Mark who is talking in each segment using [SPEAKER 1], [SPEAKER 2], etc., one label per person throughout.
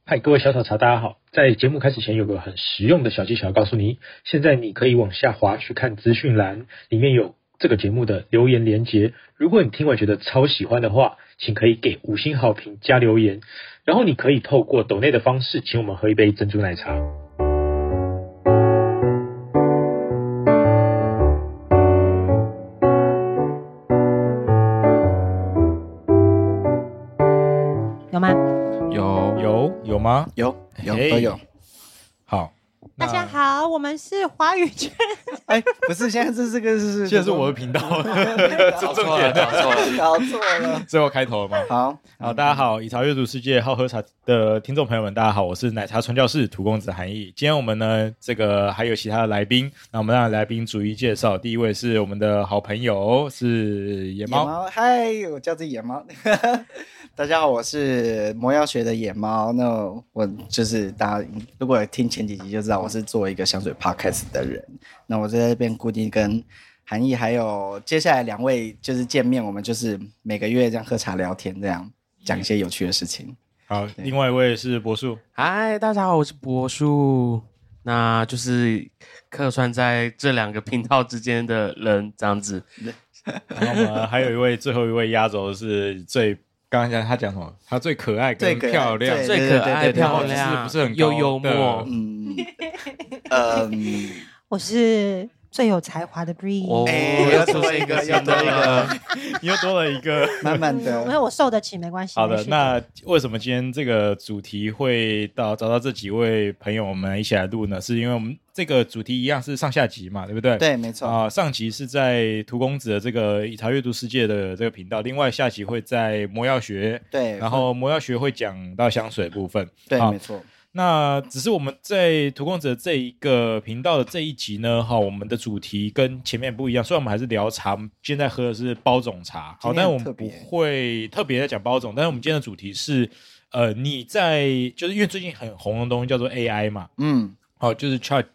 [SPEAKER 1] 嗨，各位小草茶，大家好。在节目开始前，有个很实用的小技巧要告诉你。现在你可以往下滑去看资讯栏，里面有这个节目的留言连结。如果你听完觉得超喜欢的话，请可以给5星好评加留言。然后你可以透过抖内的方式，请我们喝一杯珍珠奶茶。
[SPEAKER 2] 有吗？
[SPEAKER 3] 有吗？
[SPEAKER 4] 有都有。
[SPEAKER 3] 好，
[SPEAKER 2] 大家好，我们是华语圈。
[SPEAKER 4] 不是，现在这个是
[SPEAKER 3] 现在是我的频道，
[SPEAKER 4] 搞错了，
[SPEAKER 3] 最后开头了吗？
[SPEAKER 4] 好，
[SPEAKER 3] 大家好，以茶阅读世界好喝茶的听众朋友们，大家好，我是奶茶传教士土公子韩毅。今天我们呢，还有其他的来宾，那我们让来宾逐一介绍。第一位是我们的好朋友，是野猫。
[SPEAKER 4] 嗨，我叫自己野猫。大家好，我是魔药学的野猫。那我就是大家如果听前几集就知道，我是做一个香水 podcast 的人。那我在这边固定跟韩毅还有接下来2位就是见面，我们就是每个月这样喝茶聊天，这样讲一些有趣的事情。
[SPEAKER 3] 好，另外一位是柏树。
[SPEAKER 5] 嗨，大家好，我是柏树。那就是客串在这2个频道之间的人，这样子。
[SPEAKER 3] 然后我们还有最后一位压轴是刚刚他讲什么？他最可爱、跟漂亮、
[SPEAKER 5] 最可爱、漂亮，
[SPEAKER 3] 不是很
[SPEAKER 5] 又幽默。
[SPEAKER 2] 我是最有才华的 Bree。
[SPEAKER 4] 又多了一个，
[SPEAKER 3] 你又多了一个，
[SPEAKER 4] 满满的。
[SPEAKER 2] 因为我受得起，没关系。
[SPEAKER 3] 好的，那为什么今天这个主题会找到这几位朋友，我们一起来录呢？是因为我们这个主题一样是上下集嘛，对不对？
[SPEAKER 4] 对，没错。
[SPEAKER 3] 上集是在涂公子的这个以茶阅读世界的这个频道，另外下集会在魔药学。
[SPEAKER 4] 对，
[SPEAKER 3] 然后魔药学会讲到香水的部分。
[SPEAKER 4] 对，没错。
[SPEAKER 3] 那只是我们在涂公子的这一个频道的这一集呢，我们的主题跟前面不一样。虽然我们还是聊茶，现在喝的是包种茶，好，但我们不会特别在讲包种。但是我们今天的主题是，你在就是因为最近很红的东西叫做 AI 嘛，就是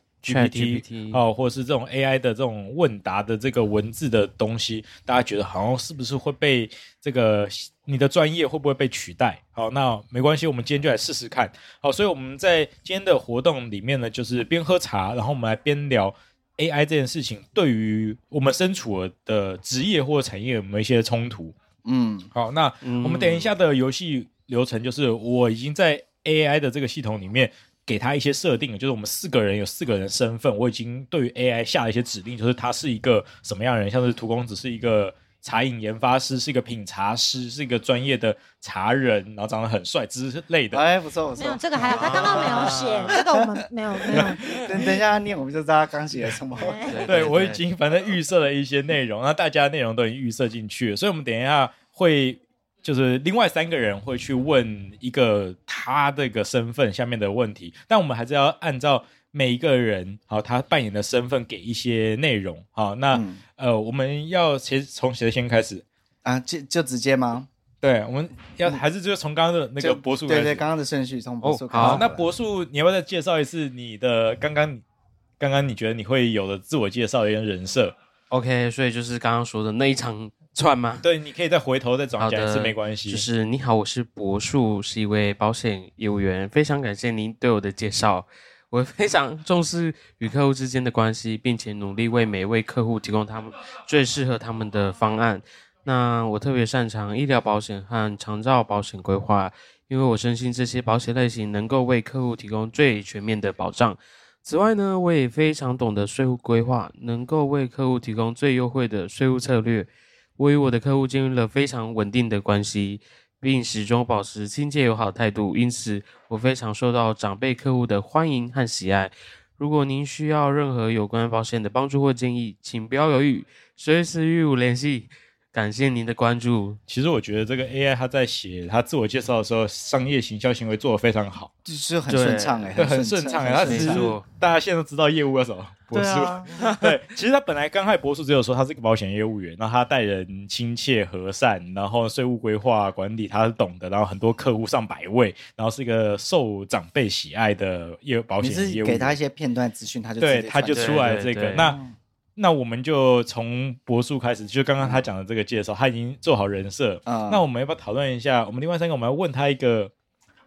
[SPEAKER 3] ChatGPT 或者是这种 AI 的这种问答的这个文字的东西，大家觉得好像是不是会被这个你的专业会不会被取代？好，那没关系，我们今天就来试试看。好，所以我们在今天的活动里面呢，就是边喝茶，然后我们来边聊 AI 这件事情对于我们身处的职业或者产业有没有一些冲突。好，那我们等一下的游戏流程就是我已经在 AI 的这个系统里面给他一些设定，就是我们4个人有4个人的身份，我已经对于 AI 下了一些指令，就是他是一个什么样的人，像是涂公子是一个茶饮研发师，是一个品茶师，是一个专业的茶人，然后长得很帅之类的。
[SPEAKER 4] 不错。
[SPEAKER 2] 没有这个还有，他刚刚没有写，这个我们没有。
[SPEAKER 4] 等一下他念，我们就知道他刚写了什么。
[SPEAKER 3] 对，我已经反正预设了一些内容，那大家内容都已经预设进去了，所以我们等一下会就是另外3个人会去问一个他这个身份下面的问题，但我们还是要按照每一个人他扮演的身份给一些内容。好，那我们要从谁先开始
[SPEAKER 4] 啊？就直接吗？
[SPEAKER 3] 对，我们要还是就从刚刚的那个柏树开始。
[SPEAKER 4] 对，刚刚的顺序从柏树开始。
[SPEAKER 3] 好，那柏树你要不要再介绍一次你的刚刚你觉得你会有的自我介绍的一个人设？
[SPEAKER 5] OK， 所以就是刚刚说的那一长串吗？
[SPEAKER 3] 对，你可以再回头再讲一次，没关系。
[SPEAKER 5] 就是你好，我是柏树，是一位保险业务员，非常感谢您对我的介绍。我非常重视与客户之间的关系，并且努力为每位客户提供他们最适合他们的方案。那我特别擅长医疗保险和长照保险规划，因为我深信这些保险类型能够为客户提供最全面的保障。此外呢，我也非常懂得税务规划，能够为客户提供最优惠的税务策略。我与我的客户建立了非常稳定的关系，并始终保持亲切友好态度，因此我非常受到长辈客户的欢迎和喜爱。如果您需要任何有关保险的帮助或建议，请不要犹豫，随时与我联系。感谢您的关注。
[SPEAKER 3] 其实我觉得这个 AI 它在写它自我介绍的时候，商业行销行为做得非常好，
[SPEAKER 4] 就是很顺畅
[SPEAKER 3] 对，很顺畅它只是大家现在都知道业务要什么。柏树，对，其实他本来刚开始柏树只有说他是一个保险业务员，然后他待人亲切和善，然后税务规划管理他是懂的，然后很多客户上百位，然后是一个受长辈喜爱的保险业务员。
[SPEAKER 4] 你是给他一些片段资讯，他
[SPEAKER 3] 就出来这个。那我们就从柏树开始，就刚刚他讲的这个介绍，他已经做好人设。那我们要不要讨论一下？我们另外3个，我们要问他一个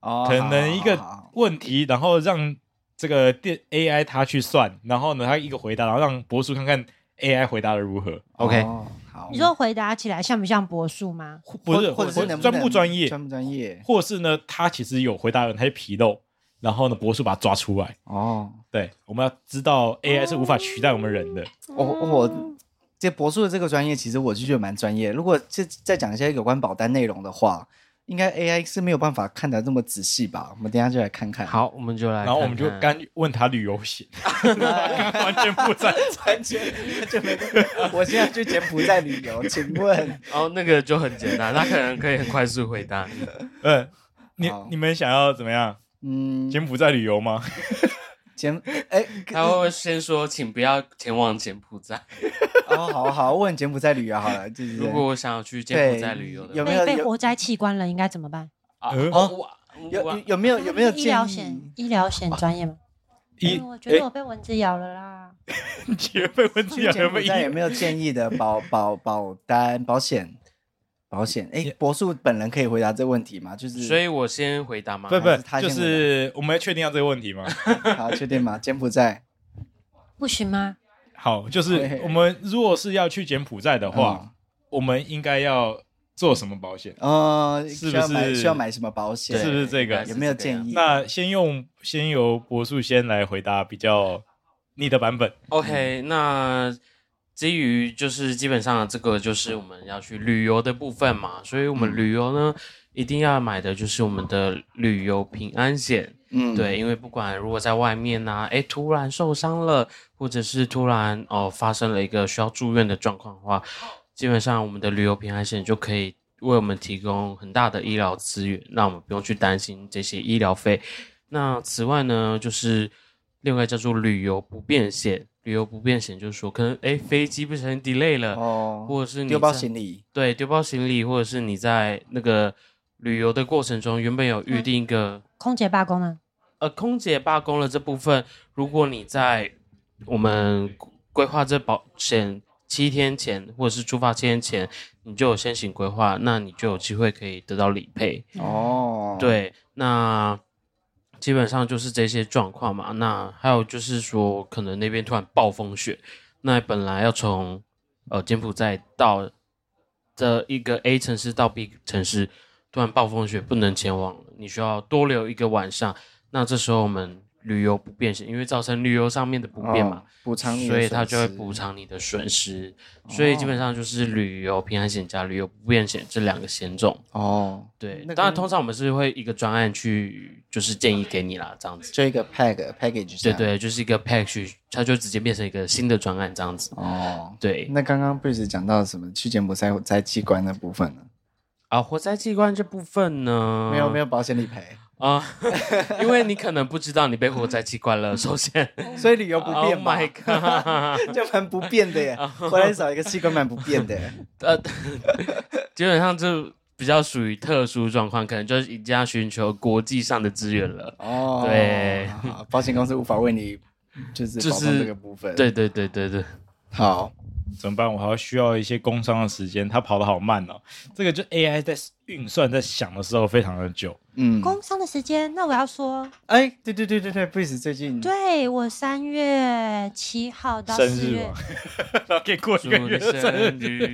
[SPEAKER 3] 可能一个问题，然后让这个AI 它去算，然后呢，它一个回答，然后让博叔看看 AI 回答的如何。OK，
[SPEAKER 4] 好，
[SPEAKER 2] 你说回答起来像不像博术吗？
[SPEAKER 3] 不是，
[SPEAKER 4] 或者是
[SPEAKER 3] 专不专业，
[SPEAKER 4] 专不专业，
[SPEAKER 3] 或者是呢，他其实有回答人，他是纰漏，然后呢，博叔把它抓出来。对，我们要知道 AI 是无法取代我们人的。
[SPEAKER 4] 我这博术的这个专业，其实我就觉得蛮专业。如果再讲一些有关保单内容的话，应该 AI 是没有办法看得这么仔细吧？我们等一下就来看看。
[SPEAKER 5] 好，我们就来看看，
[SPEAKER 3] 然后我们就刚问他旅游险，完全不在，
[SPEAKER 4] 完全就没。我现在去柬埔寨旅游，请问？
[SPEAKER 5] 那个就很简单，他可能可以很快速回答你。
[SPEAKER 3] 你们想要怎么样？柬埔寨旅游吗？
[SPEAKER 5] 他会先说，请不要前往柬埔寨。
[SPEAKER 4] 好，问柬埔寨旅游好了。就是
[SPEAKER 5] 如果我想要去柬埔寨旅游的，
[SPEAKER 4] 有没有
[SPEAKER 2] 被活摘器官了，应该怎么办？
[SPEAKER 4] 有没有建议？
[SPEAKER 2] 医疗险专业吗？我觉得我被蚊子咬了啦。
[SPEAKER 3] 你觉得被蚊子咬
[SPEAKER 4] 有没有建议的保单保险？博叔本人可以回答这个问题吗？就是，
[SPEAKER 5] 所以我先回答吗？
[SPEAKER 3] 不，就是我们要确定要这个问题吗？
[SPEAKER 4] 好，确定吗？柬埔寨
[SPEAKER 2] 不行吗？
[SPEAKER 3] 好，就是我们如果是要去柬埔寨的话，我们应该要做什么保险？是不是
[SPEAKER 4] 需要买什么保险？
[SPEAKER 3] 是不是这个？
[SPEAKER 4] 有没有建议？
[SPEAKER 3] 那先由博叔先来回答比较你的版本。
[SPEAKER 5] OK， 那基于就是基本上这个就是我们要去旅游的部分嘛，所以我们旅游呢一定要买的就是我们的旅游平安险。对，因为不管如果在外面啊，突然受伤了，或者是突然发生了一个需要住院的状况的话，基本上我们的旅游平安险就可以为我们提供很大的医疗资源，让我们不用去担心这些医疗费。那此外呢，就是另外叫做旅游不便险。旅游不便险就是说，可能飞机不小心 delay 了，或者是你
[SPEAKER 4] 丢包行李，
[SPEAKER 5] 对，丢包行李，或者是你在那个旅游的过程中原本有预定一个
[SPEAKER 2] 空姐罢工呢？
[SPEAKER 5] 空姐罢工了这部分，如果你在我们规划这保险7天前，或者是出发7天前，你就有先行规划，那你就有机会可以得到理赔。对，那基本上就是这些状况嘛。那还有就是说，可能那边突然暴风雪，那本来要从柬埔寨到的一个 A 城市到 B 城市，突然暴风雪不能前往了，你需要多留一个晚上。那这时候我们旅游不便险，因为造成旅游上面的不便嘛，
[SPEAKER 4] 补偿你的损失，
[SPEAKER 5] 所以它就会补偿你的损失。所以基本上就是旅游平安险加旅游不便险这2个险种。对，当然通常我们是会一个专案去，就是建议给你啦，这样子。
[SPEAKER 4] 就一个 package。
[SPEAKER 5] 对，就是一个 package， 它就直接变成一个新的专案这样子。对。
[SPEAKER 4] 那刚刚 Bruce 讲到什么去柬埔寨摘器官的部分呢？
[SPEAKER 5] 活摘器官这部分呢，
[SPEAKER 4] 没有保险理赔。
[SPEAKER 5] 因为你可能不知道你被活摘器官了，首先，
[SPEAKER 4] 所以旅游不便嘛。
[SPEAKER 5] Oh my god，
[SPEAKER 4] 就蛮不便的耶，回来少一个器官蛮不便的耶。
[SPEAKER 5] 基本上就比较属于特殊状况，可能就是已经要寻求国际上的资源了。对，
[SPEAKER 4] 保险公司无法为你就是保障这个部分。
[SPEAKER 5] 对。
[SPEAKER 4] 好。
[SPEAKER 3] 怎么办？我还需要一些工商的时间，它跑得好慢哦。这个就 AI 在运算、在想的时候非常的久。
[SPEAKER 2] 工商的时间，那我要说，
[SPEAKER 4] 对 ，Bruce 最近，
[SPEAKER 2] 对我3月7号到4月，
[SPEAKER 3] 生日嘛，然后可以过1个月的生日，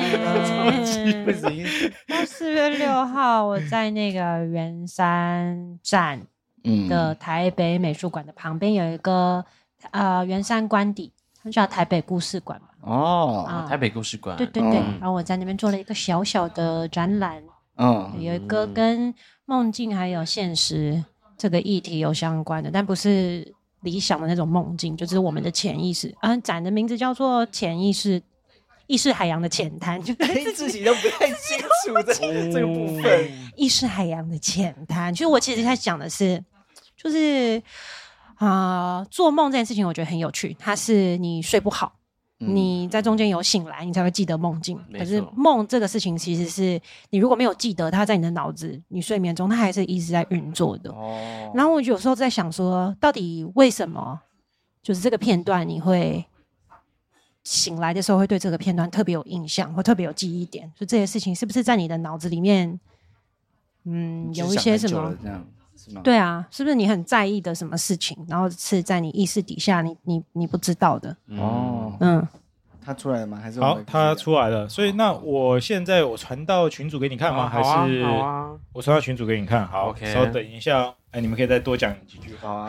[SPEAKER 2] 到4月6号，我在那个圆山站的台北美术馆的旁边有一个圆山官邸。叫台北故事馆嘛。
[SPEAKER 5] 台北故事馆。
[SPEAKER 2] 对。然后我在那边做了一个小小的展览。有一个跟梦境还有现实这个议题有相关的，但不是理想的那种梦境，就是我们的潜意识。展的名字叫做潜意识海洋的浅滩，就
[SPEAKER 4] 自己都不太清楚这个部分。
[SPEAKER 2] 意识海洋的浅滩，其实我其实在讲的是，就是做梦这件事情我觉得很有趣，它是你睡不好，你在中间有醒来你才会记得梦境，可是梦这个事情其实是你如果没有记得它在你的脑子，你睡眠中它还是一直在运作的。然后我有时候在想说，到底为什么就是这个片段你会醒来的时候会对这个片段特别有印象或特别有记忆点，就这些事情是不是在你的脑子里面有一些什么
[SPEAKER 4] 这样是吗？
[SPEAKER 2] 对啊，是不是你很在意的什么事情，然后是在你意识底下你不知道的？
[SPEAKER 4] 他出来了吗？还是
[SPEAKER 3] 好，他出来了。所以那我现在传到群组给你看吗？还是我传到群组给你看？好，稍等一下哦。你们可以再多讲几句。
[SPEAKER 2] 好，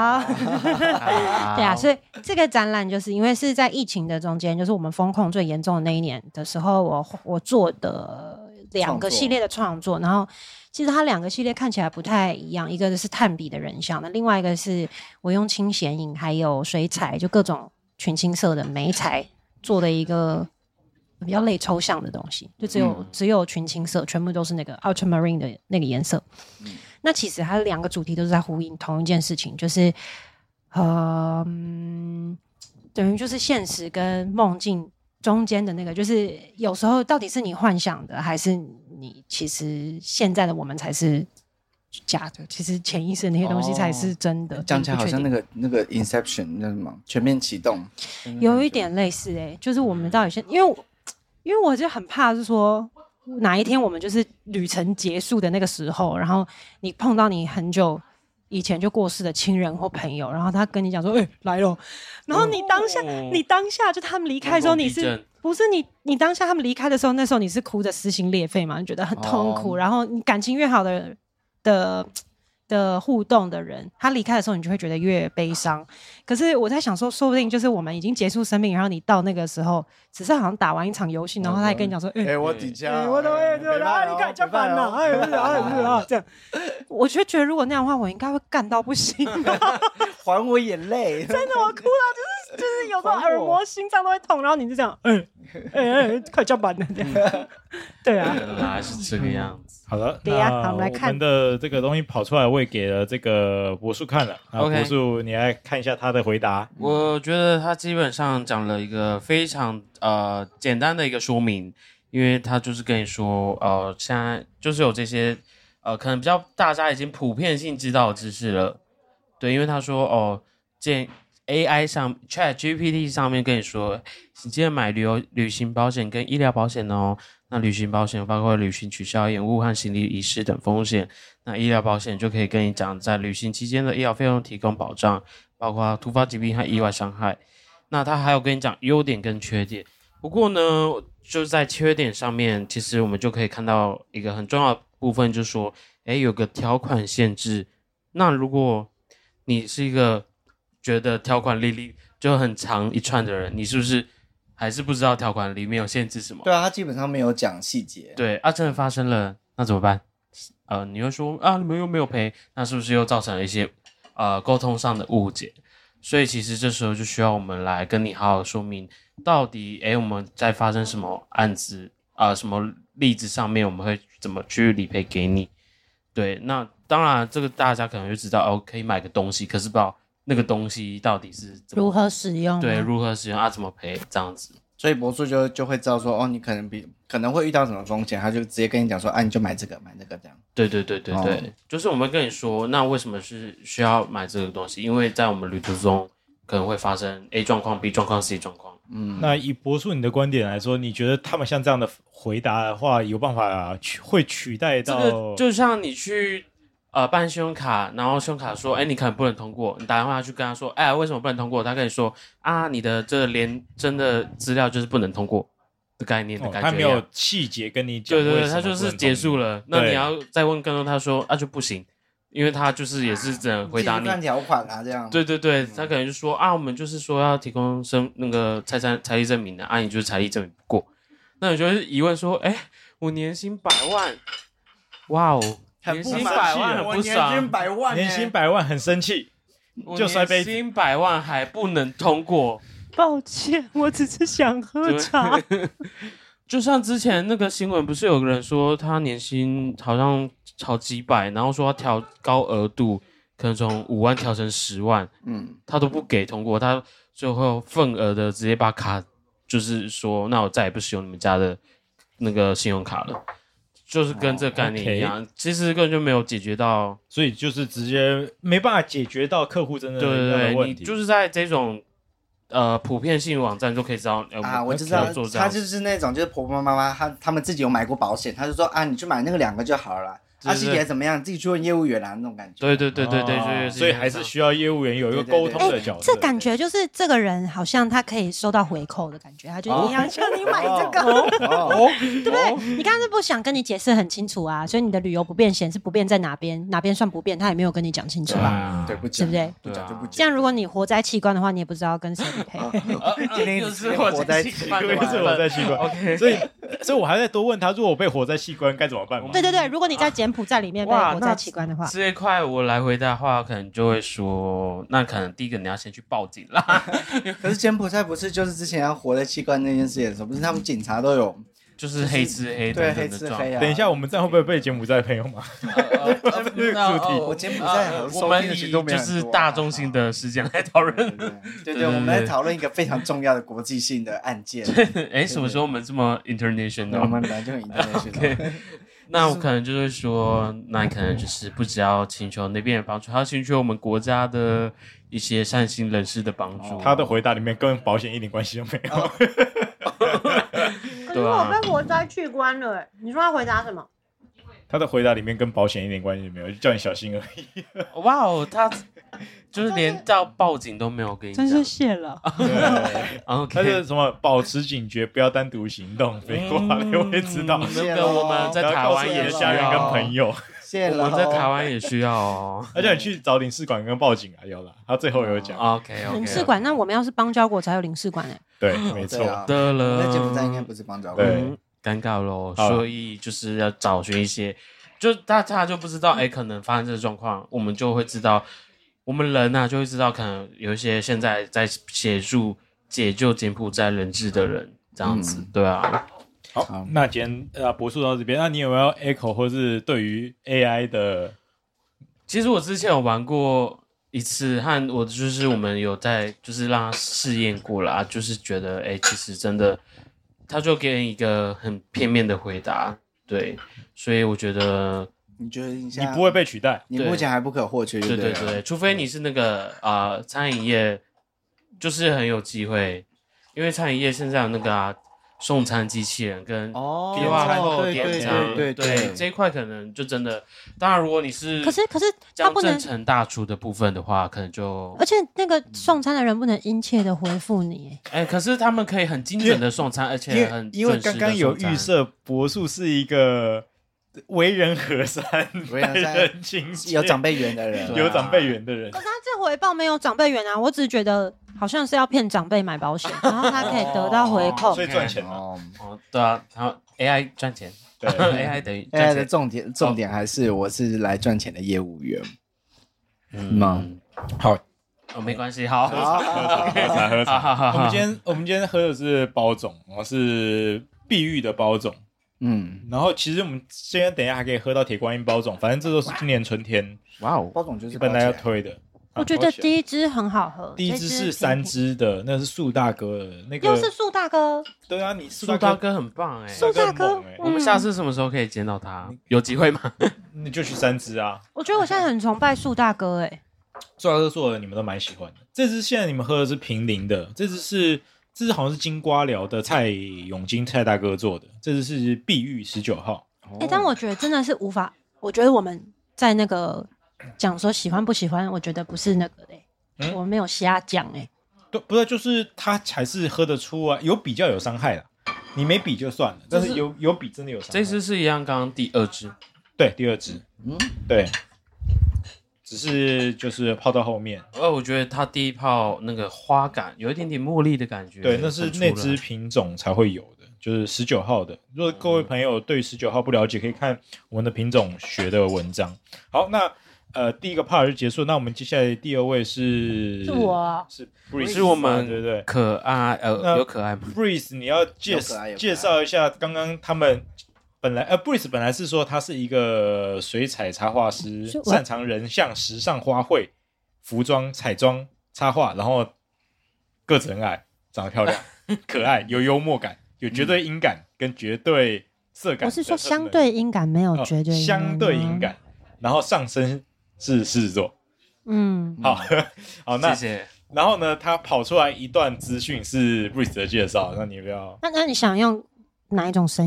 [SPEAKER 2] 对啊，所以这个展览就是因为是在疫情的中间，就是我们风控最严重的那一年的时候，我做的2个系列的创作，然后其实它2个系列看起来不太一样，一个是炭笔的人像，那另外一个是我用轻显影还有水彩，就各种群青色的媒材做的一个比较类抽象的东西，就只有群青色，全部都是那个 ultramarine 的那个颜色。那其实它2个主题都是在呼应同一件事情，就是等于就是现实跟梦境中间的那个，就是有时候到底是你幻想的，还是你其实现在的我们才是假的？其实潜意识那些东西才是真的。
[SPEAKER 4] 讲起来好像那个 Inception 那什么全面启动，
[SPEAKER 2] 有一点类似就是我们到底因为我就很怕是说哪一天我们就是旅程结束的那个时候，然后你碰到你很久以前就过世的亲人或朋友，然后他跟你讲说来咯，然后你当下就他们离开的时候，你是不是你当下他们离开的时候，那时候你是哭着撕心裂肺嘛，你觉得很痛苦，然后你感情越好的互动的人，他离开的时候你就会觉得越悲伤。可是我在想说不定就是我们已经结束生命，然后你到那个时候只是好像打完一场游戏，然后他还跟你讲说
[SPEAKER 4] 我底价
[SPEAKER 2] 我都你看加班了这样，我就觉得如果那样的话我应该会干到不行
[SPEAKER 4] 还我眼泪
[SPEAKER 2] 真的我哭到就是有时候耳膜心脏都会痛，然后你就这样快加班了这样对啊，
[SPEAKER 5] 原来是这个样子。
[SPEAKER 3] 好的，
[SPEAKER 2] 对啊，好，我们来看
[SPEAKER 3] 我们的这个东西跑出来，我也给了这个博树看了。博树，你来看一下他的回答。
[SPEAKER 5] 我觉得他基本上讲了一个非常简单的一个说明，因为他就是跟你说现在就是有这些可能比较大家已经普遍性知道的知识了。对，因为他说AI 上 ChatGPT 上面跟你说，你记得买旅行保险跟医疗保险哦。那旅行保险包括旅行取消、延误和行李遗失等风险。那医疗保险就可以跟你讲，在旅行期间的医疗费用提供保障，包括突发疾病和意外伤害。那他还有跟你讲优点跟缺点。不过呢，就是在缺点上面，其实我们就可以看到一个很重要的部分，就是说，有个条款限制。那如果你是一个觉得条款里就很长一串的人，你是不是还是不知道条款里面有限制什么？
[SPEAKER 4] 对啊，他基本上没有讲细节。
[SPEAKER 5] 对啊，真的发生了，那怎么办？你会说你们又没有赔，那是不是又造成了一些沟通上的误解？所以其实这时候就需要我们来跟你好好说明，到底我们在发生什么案子什么例子上面，我们会怎么去理赔给你？对，那当然这个大家可能就知道可以买个东西，可是不知道那个东西到底是
[SPEAKER 2] 如何使用？
[SPEAKER 5] 对，如何使用怎么赔这样子。
[SPEAKER 4] 所以博士就会知道说你可能会遇到什么风险，他就直接跟你讲说你就买这个这样。
[SPEAKER 5] 对，就是我们跟你说，那为什么是需要买这个东西？因为在我们旅途中可能会发生 A 状况、B 状况、C 状况。
[SPEAKER 3] 那以博树你的观点来说，你觉得他们像这样的回答的话，有办法会取代到？
[SPEAKER 5] 这个就像你去办信用卡，然后信用卡说你可能不能通过，你打电话去跟他说为什么不能通过？他跟你说你的这连真的资料就是不能通过的概念的感觉他
[SPEAKER 3] 没有细节跟你讲。
[SPEAKER 5] 对，他就是结束了。那你要再问更多，他说就不行，因为他就是也是只能回答你
[SPEAKER 4] 看条款这样。
[SPEAKER 5] 对，他可能就说我们就是说要提供那个财力证明的你就是财力证明不过。那你就会疑问说我年薪100万，哇哦，年薪100万很不爽，
[SPEAKER 3] 年薪100万很生气，就摔杯子。
[SPEAKER 5] 年薪100万还不能通过，
[SPEAKER 2] 抱歉，我只是想喝茶。
[SPEAKER 5] 就像之前那个新闻，不是有个人说他年薪好像超几百，然后说要调高额度，可能从5万调成10万，他都不给通过，他最后份额的直接把卡，就是说那我再也不使用你们家的那个信用卡了。就是跟这个概念一样，其实根本就没有解决到，
[SPEAKER 3] 所以就是直接没办法解决到客户真的
[SPEAKER 5] 对
[SPEAKER 3] 问题。
[SPEAKER 5] 你就是在这种普遍性网站就可以知道
[SPEAKER 4] 我就知道他就是那种就是婆婆妈妈他们自己有买过保险，他就说你去买那个2个就好了啦， 细节怎么样，自己去问业务员啊那种感觉。
[SPEAKER 5] 对，
[SPEAKER 3] 所以还是需要业务员有一个沟通的角色。
[SPEAKER 2] 这感觉就是这个人好像他可以收到回扣的感觉，他就一样叫你买这个，对不对？你刚刚是不想跟你解释很清楚啊，所以你的旅游不便险是不便在哪边，哪边算不便，他也没有跟你讲清楚啊，
[SPEAKER 4] 对，不讲，
[SPEAKER 2] 对不对？
[SPEAKER 4] 不讲就不讲。
[SPEAKER 2] 这样如果你活摘器官的话，你也不知道跟谁理赔。
[SPEAKER 4] 今天
[SPEAKER 5] 是
[SPEAKER 4] 活摘器官，
[SPEAKER 3] 是活摘器官。OK， 所以我还在多问他，如果我被活摘器官该怎么办吗？
[SPEAKER 2] 对，如果你在柬埔寨里面被活摘器官的话，
[SPEAKER 5] 这一块我来回答的话，可能就会说，那可能第一个你要先去报警啦。
[SPEAKER 4] 可是柬埔寨不是就是之前要活摘器官那件事的时候，不是他们警察都有。
[SPEAKER 5] 就是黑吃黑，
[SPEAKER 4] 对，黑吃黑啊！
[SPEAKER 3] 等一下，我们这样会不会被柬埔寨朋友骂？
[SPEAKER 4] 我柬埔寨
[SPEAKER 5] 我们以就是大众性的事件来讨论。
[SPEAKER 4] 对，我们来讨论一个非常重要的国际性的案件。
[SPEAKER 5] 什么时候我们这么 international？
[SPEAKER 4] 我们本来就很 international。
[SPEAKER 5] 那我可能就会说，那可能就是不只要请求那边的帮助，还要请求我们国家的一些善心人士的帮助。
[SPEAKER 3] 他的回答里面跟保险一点关系都没有。
[SPEAKER 2] 可是我被活摘器官了，你说他回答什么？
[SPEAKER 3] 他的回答里面跟保险一点关系都没有，就叫你小心而已。
[SPEAKER 5] 哇哦，他就是连到报警都没有跟你讲，
[SPEAKER 2] 真是谢了。
[SPEAKER 3] 对，他是什么？保持警觉，不要单独行动。废话，你会知道。
[SPEAKER 5] 那个我们在台湾也需要
[SPEAKER 3] 家人跟朋友。
[SPEAKER 4] 谢了，
[SPEAKER 5] 我们在台湾也需要哦。
[SPEAKER 3] 而且你去找领事馆跟报警啊，有啦。他最后有讲。
[SPEAKER 5] OK。
[SPEAKER 2] 领事馆，那我们要是邦交国才有领事馆哎。
[SPEAKER 3] 对，没错。
[SPEAKER 5] 得了，
[SPEAKER 4] 那柬埔寨应该不是邦交国。
[SPEAKER 5] 尴尬咯，所以就是要找寻一些，就大家就不知道，可能发生这个状况，我们就会知道，我们人啊就会知道，可能有一些现在在协助解救柬埔寨人质的人，这样子，对啊。
[SPEAKER 3] 好，那今天博述到这边，那你有没有 echo 或是对于 AI 的？
[SPEAKER 5] 其实我之前有玩过一次，和我就是我们有在就是让他试验过啦，就是觉得其实真的。他就给人一个很片面的回答，对，所以我觉得
[SPEAKER 4] 你觉得你
[SPEAKER 3] 不会被取代，
[SPEAKER 4] 你目前还不可或缺，
[SPEAKER 5] 对，除非你是那个餐饮业，就是很有机会，因为餐饮业现在有那个送餐机器人跟电话后点餐，对，这一块可能就真的，当然如果你是
[SPEAKER 2] 可是他不能
[SPEAKER 5] 正成大厨的部分的话，可能就
[SPEAKER 2] 而且那个送餐的人不能殷切的回复你，
[SPEAKER 5] 可是他们可以很精准的送餐，而且很
[SPEAKER 3] 因为刚刚有预设博述是一个为人和善、人亲切、
[SPEAKER 4] 有长辈缘的人，
[SPEAKER 3] 有长辈缘的人。
[SPEAKER 2] 可是他这回报没有长辈缘啊，我只是觉得好像是要骗长辈买保险，然后他可以得到回扣，
[SPEAKER 3] 所以赚钱了。
[SPEAKER 5] 对啊，然后 AI 赚钱，
[SPEAKER 3] 对
[SPEAKER 5] ，AI 等于
[SPEAKER 4] AI 的重点还是我是来赚钱的业务员。
[SPEAKER 3] 好，
[SPEAKER 5] 没关系，好，
[SPEAKER 3] 喝茶。我们今天喝的是包种，是碧玉的包种。然后其实我们现在等一下还可以喝到铁观音包种，反正这都是今年春天。
[SPEAKER 4] 哇哦，包种就是
[SPEAKER 3] 本来要推的。
[SPEAKER 2] 我觉得第一支很好喝，
[SPEAKER 3] 第一支是3支的，那是树大哥的那个。
[SPEAKER 2] 又是树大哥。
[SPEAKER 3] 对啊，你
[SPEAKER 5] 树大哥很棒
[SPEAKER 2] 树大哥，
[SPEAKER 5] 我们下次什么时候可以见到他？有机会吗？
[SPEAKER 3] 你就去3支啊。
[SPEAKER 2] 我觉得我现在很崇拜树大哥
[SPEAKER 3] 树大哥做的你们都蛮喜欢的。这支现在你们喝的是平林的，这支好像是金瓜寮的蔡永金蔡大哥做的，这支是碧玉19号。
[SPEAKER 2] 但我觉得真的是无法，我觉得我们在那个讲说喜欢不喜欢，我觉得不是那个我没有瞎讲
[SPEAKER 3] 对，不是，就是他还是喝得出啊，有比较有伤害啦，你没比就算了，但是有比真的有伤害。
[SPEAKER 5] 这支是一样，刚刚第2支，
[SPEAKER 3] 对，第2支，对。只是就是泡到后面，
[SPEAKER 5] 我觉得它第一泡那个花感有一点点茉莉的感觉，
[SPEAKER 3] 对，那是那支品种才会有的，就是19号的。如果各位朋友对19号不了解，可以看我们的品种学的文章。好，那第一个 part 就结束，那我们接下来第2位是
[SPEAKER 2] 我，
[SPEAKER 3] 是 Breeze，
[SPEAKER 5] 是我们
[SPEAKER 3] 对不对？
[SPEAKER 5] 可爱有可爱吗
[SPEAKER 3] ？Breeze， 你要介绍一下刚刚他们。Breeze 本来是说他是一个水彩插画师，擅长人像、时尚、花卉、服装、彩妆、插画，然后个子很矮，长得漂亮，可爱，有幽默感，有绝对音感跟绝对色感。
[SPEAKER 2] 我是说相对音感，没有绝对音感。
[SPEAKER 3] 相对音感，然后上升是狮子座。好，那
[SPEAKER 5] 谢谢。
[SPEAKER 3] 然后呢，他跑出来一段资讯是 Breeze 的介绍，那你不要？
[SPEAKER 2] 那你想用哪一种声音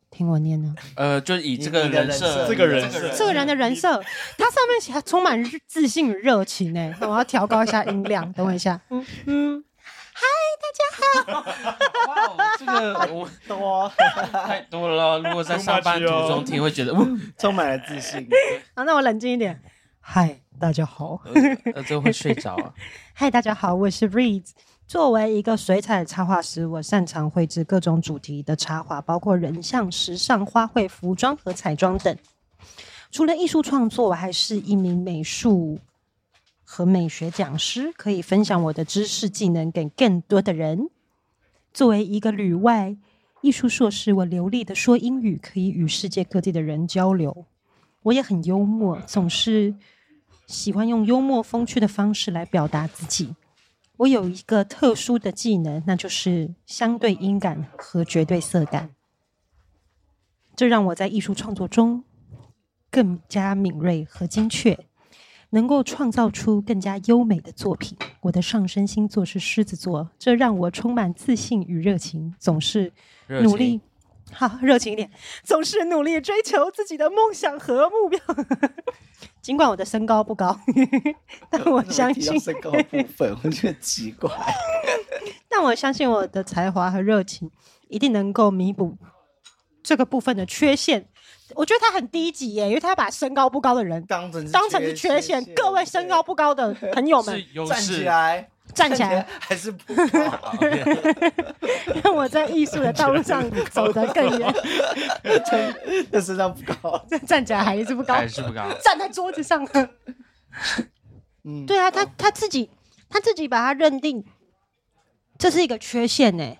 [SPEAKER 2] 听我念呢。
[SPEAKER 5] 就以这个人设，
[SPEAKER 3] 这个人
[SPEAKER 2] 的人设，他上面还充满自信与热情哎。我要调高一下音量，等我一下。嗨，大家好。
[SPEAKER 5] 哇，这个我
[SPEAKER 4] 多
[SPEAKER 5] 太多了。如果在上班途中听，会觉得
[SPEAKER 4] 充满了自信。
[SPEAKER 2] 好，那我冷静一点。嗨，大家好。
[SPEAKER 5] 这会睡着啊。
[SPEAKER 2] 嗨，大家好，我是 Breeze。作为一个水彩插画师，我擅长绘制各种主题的插画，包括人像、时尚、花卉、服装和彩妆等。除了艺术创作，我还是一名美术和美学讲师，可以分享我的知识技能给更多的人。作为一个旅外艺术硕士，我流利的说英语，可以与世界各地的人交流。我也很幽默，总是喜欢用幽默风趣的方式来表达自己。我有一个特殊的技能，那就是相对音感和绝对色感，这让我在艺术创作中更加敏锐和精确，能够创造出更加优美的作品。我的上升星座是狮子座，这让我充满自信与热情，总是努力，好热情一点，总是努力追求自己的梦想和目标。尽管我的身高不高，但我相信
[SPEAKER 4] 身高的部分，我觉得奇怪。
[SPEAKER 2] 但我相信我的才华和热情一定能够弥补这个部分的缺陷。我觉得他很低级耶，因为他把身高不高的人当成是缺陷。各位身高不高的朋友们，
[SPEAKER 4] 站起来！
[SPEAKER 2] 站起来，
[SPEAKER 4] 还是不高，
[SPEAKER 2] 让我在艺术的道路上走得更远。
[SPEAKER 4] 这身上不高，
[SPEAKER 2] 站起来还是不高，站在桌子上。对啊，他自己把他认定这是一个缺陷呢。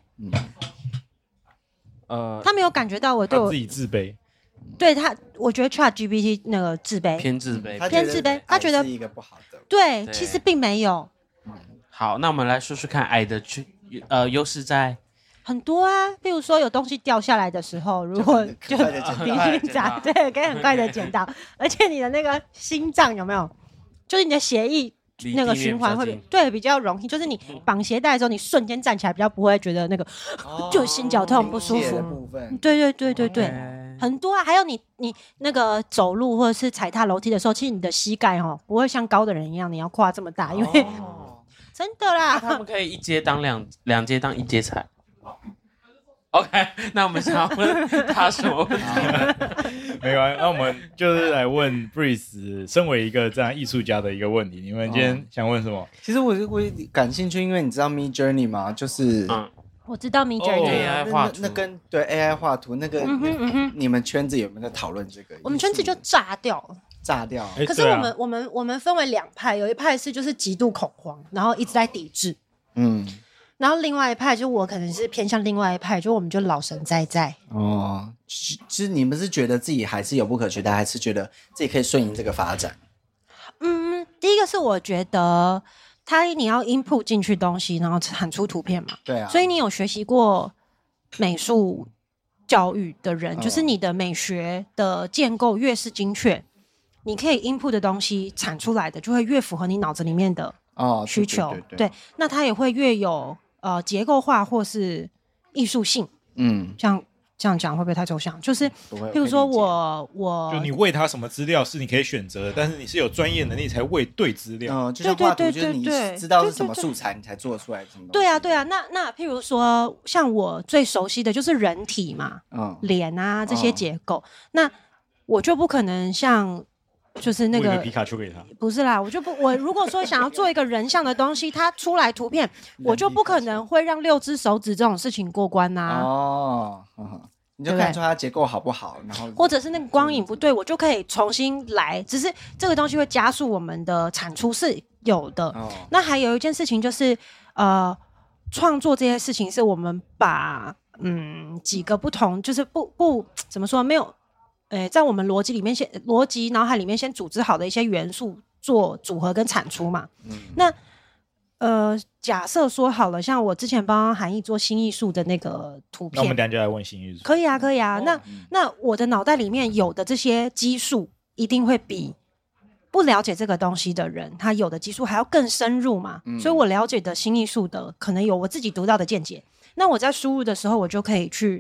[SPEAKER 2] 他没有感觉到我对我
[SPEAKER 3] 自己自卑。
[SPEAKER 2] 对他，我觉得 ChatGPT 那个自卑，
[SPEAKER 5] 偏自卑，
[SPEAKER 2] 他觉得
[SPEAKER 4] 是一个不好的。
[SPEAKER 2] 对，其实并没有。
[SPEAKER 5] 好，那我们来说说看矮的优势在
[SPEAKER 2] 很多啊，例如说有东西掉下来的时候，如果就必须砸，对，可以很快的捡到，而且你的那个心脏有没有，就是你的血液那个循环会比较容易，就是你绑鞋带的时候，你瞬间站起来比较不会觉得那个就心绞痛不舒服。对，很多啊，还有你那个走路或者是踩踏楼梯的时候，其实你的膝盖不会像高的人一样，你要跨这么大，因为真的啦，
[SPEAKER 5] 他们可以一阶当两阶当一阶踩。OK， 那我们想要问他什么问题？
[SPEAKER 3] 没关系，那我们就是来问 Breeze， 身为一个这样艺术家的一个问题，你们今天想问什么？
[SPEAKER 4] 其实我感兴趣，因为你知道 Midjourney 吗？就是
[SPEAKER 2] 我知道 Midjourney
[SPEAKER 5] AI 画图，
[SPEAKER 4] 那跟对 AI 画图那个，你们圈子有没有在讨论这个？
[SPEAKER 2] 我们圈子就炸掉了。可是我们分为两派，有一派是就是极度恐慌，然后一直在抵制，然后另外一派就我可能是偏向另外一派，就我们就老神在在。
[SPEAKER 4] 其实你们是觉得自己还是有不可取代，还是觉得自己可以顺应这个发展？
[SPEAKER 2] 第一个是我觉得你要 input 进去东西，然后产出图片嘛，
[SPEAKER 4] 对啊，
[SPEAKER 2] 所以你有学习过美术教育的人，就是你的美学的建构越是精确，你可以 input 的东西产出来的就会越符合你脑子里面的需求，对，那它也会越有结构化或是艺术性。这样讲会不会太抽象？就是譬如说我
[SPEAKER 3] 就你喂他什么资料是你可以选择的，但是你是有专业能力才喂对资料。
[SPEAKER 4] 就像画图，就是你知道是什么素材，你才做得出来什么东西。
[SPEAKER 2] 对啊。那譬如说，像我最熟悉的就是人体嘛，脸啊这些结构，那我就不可能像。就是那个
[SPEAKER 3] 皮卡丘给他，
[SPEAKER 2] 不是啦，我如果说想要做一个人像的东西，它出来图片，我就不可能会让6只手指这种事情过关呐。
[SPEAKER 4] 你就看出它结构好不好，然后
[SPEAKER 2] 或者是那个光影不对，我就可以重新来。只是这个东西会加速我们的产出是有的。那还有一件事情就是，创作这些事情是我们把几个不同，就是不怎么说没有。在我们逻辑脑海里面先组织好的一些元素做组合跟产出嘛。那假设说好了，像我之前帮韩毅做新艺术的那个图片，
[SPEAKER 3] 那我们等一下就来问新艺术。
[SPEAKER 2] 可以啊。那我的脑袋里面有的这些基数，一定会比不了解这个东西的人，他有的基数还要更深入嘛。所以我了解的新艺术的，可能有我自己独到的见解。那我在输入的时候，我就可以去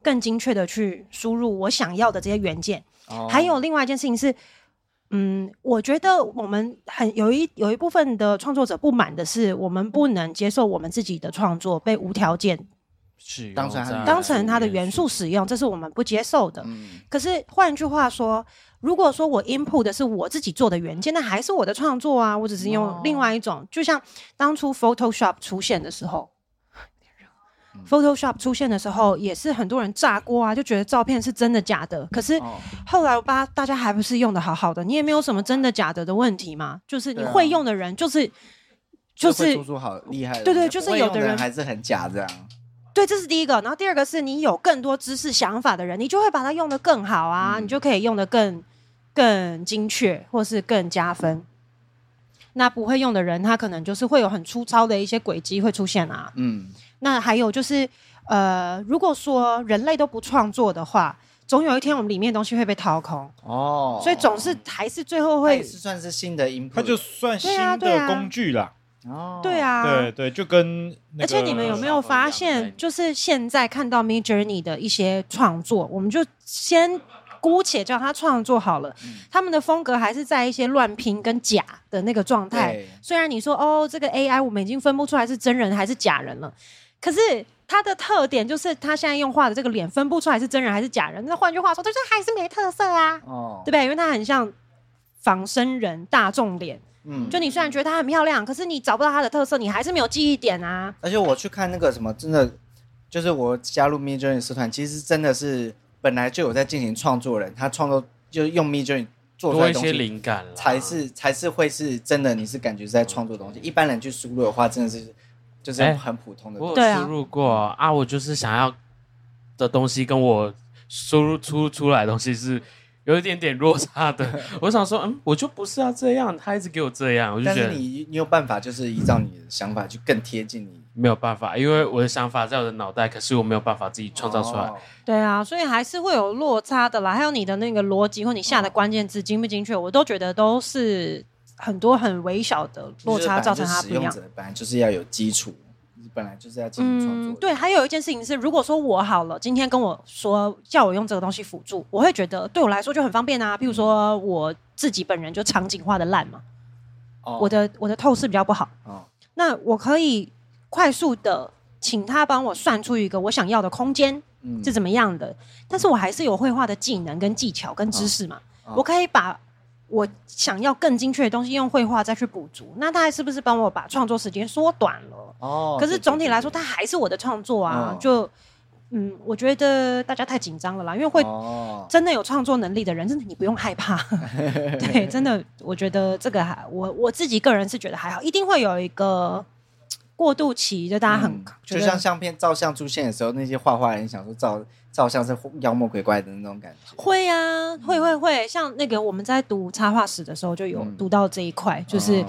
[SPEAKER 2] 更精确的去输入我想要的这些元件。还有另外一件事情是，我觉得我们有一部分的创作者不满的是，我们不能接受我们自己的创作被无条件当成它的元素使用，这是我们不接受的。可是换句话说，如果说我 input 的是我自己做的元件，那还是我的创作啊，我只是用另外一种，就像当初 Photoshop 出现的时候。Photoshop 出现的时候，也是很多人炸锅啊，就觉得照片是真的假的。可是后来大家还不是用的好好的，你也没有什么真的假的的问题嘛。就是你会用的人，就是
[SPEAKER 4] 会做出好厉害的，
[SPEAKER 2] 对，就是有的人
[SPEAKER 4] 还是很假这样。
[SPEAKER 2] 对，这是第一个。然后第二个是你有更多知识想法的人，你就会把它用得更好啊，你就可以用得更精确，或是更加分。那不会用的人，他可能就是会有很粗糙的一些轨迹会出现啊。那还有就是，如果说人类都不创作的话，总有一天我们里面的东西会被掏空所以总是还是最后会
[SPEAKER 4] 是算是新的input，
[SPEAKER 3] 它就算新的工具啦。
[SPEAKER 2] 对啊，
[SPEAKER 3] 对，就跟
[SPEAKER 2] 而且你们有没有发现，就是现在看到 Midjourney 的一些创作，我们就先姑且叫他创作好了，他们的风格还是在一些乱拼跟假的那个状态。虽然你说这个 AI 我们已经分不出来是真人还是假人了，可是它的特点就是他现在用画的这个脸分不出来是真人还是假人。那换句话说，就是还是没特色啊，对不对？因为它很像仿生人大众脸。就你虽然觉得它很漂亮，可是你找不到它的特色，你还是没有记忆点啊。
[SPEAKER 4] 而且我去看那个什么，真的就是我加入 Midjourney 社团，其实真的是本来就有在进行创作人，他创作就用 Midjourney 做出来的东西，
[SPEAKER 5] 多一些灵感
[SPEAKER 4] 才是会是真的，你是感觉是在创作东西。一般人去输入的话，真的是就是很普通的。
[SPEAKER 5] 我有输入过啊，我就是想要的东西跟我输入出来的东西是有一点点落差的。我想说，我就不是要这样，他一直给我这样，我就觉得。
[SPEAKER 4] 但是你有办法，就是依照你的想法去更贴近你。
[SPEAKER 5] 没有办法，因为我的想法在我的脑袋，可是我没有办法自己创造出来。
[SPEAKER 2] 对啊，所以还是会有落差的啦。还有你的那个逻辑或你下的关键字精不精确，我都觉得都是很多很微小的落差造成它不一样。
[SPEAKER 4] 使用者本来就是要有基础，本来就是要进行创作。
[SPEAKER 2] 对，还有一件事情是，如果说我好了，今天跟我说叫我用这个东西辅助，我会觉得对我来说就很方便啊。譬如说我自己本人就场景画的烂嘛，我的透视比较不好，那我可以快速的请他帮我算出一个我想要的空间是怎么样的，但是我还是有绘画的技能跟技巧跟知识嘛，我可以把我想要更精确的东西用绘画再去补足，那他是不是帮我把创作时间缩短了？可是总体来说，它还是我的创作啊，就我觉得大家太紧张了啦，因为会真的有创作能力的人，真的你不用害怕。对，真的，我觉得这个我自己个人是觉得还好，一定会有一个过渡期，就大家很
[SPEAKER 4] 就像相片照相出现的时候，那些画画人想说照相是妖魔鬼怪的那种感觉。
[SPEAKER 2] 会啊，会，像那个我们在读插画史的时候就有读到这一块，就是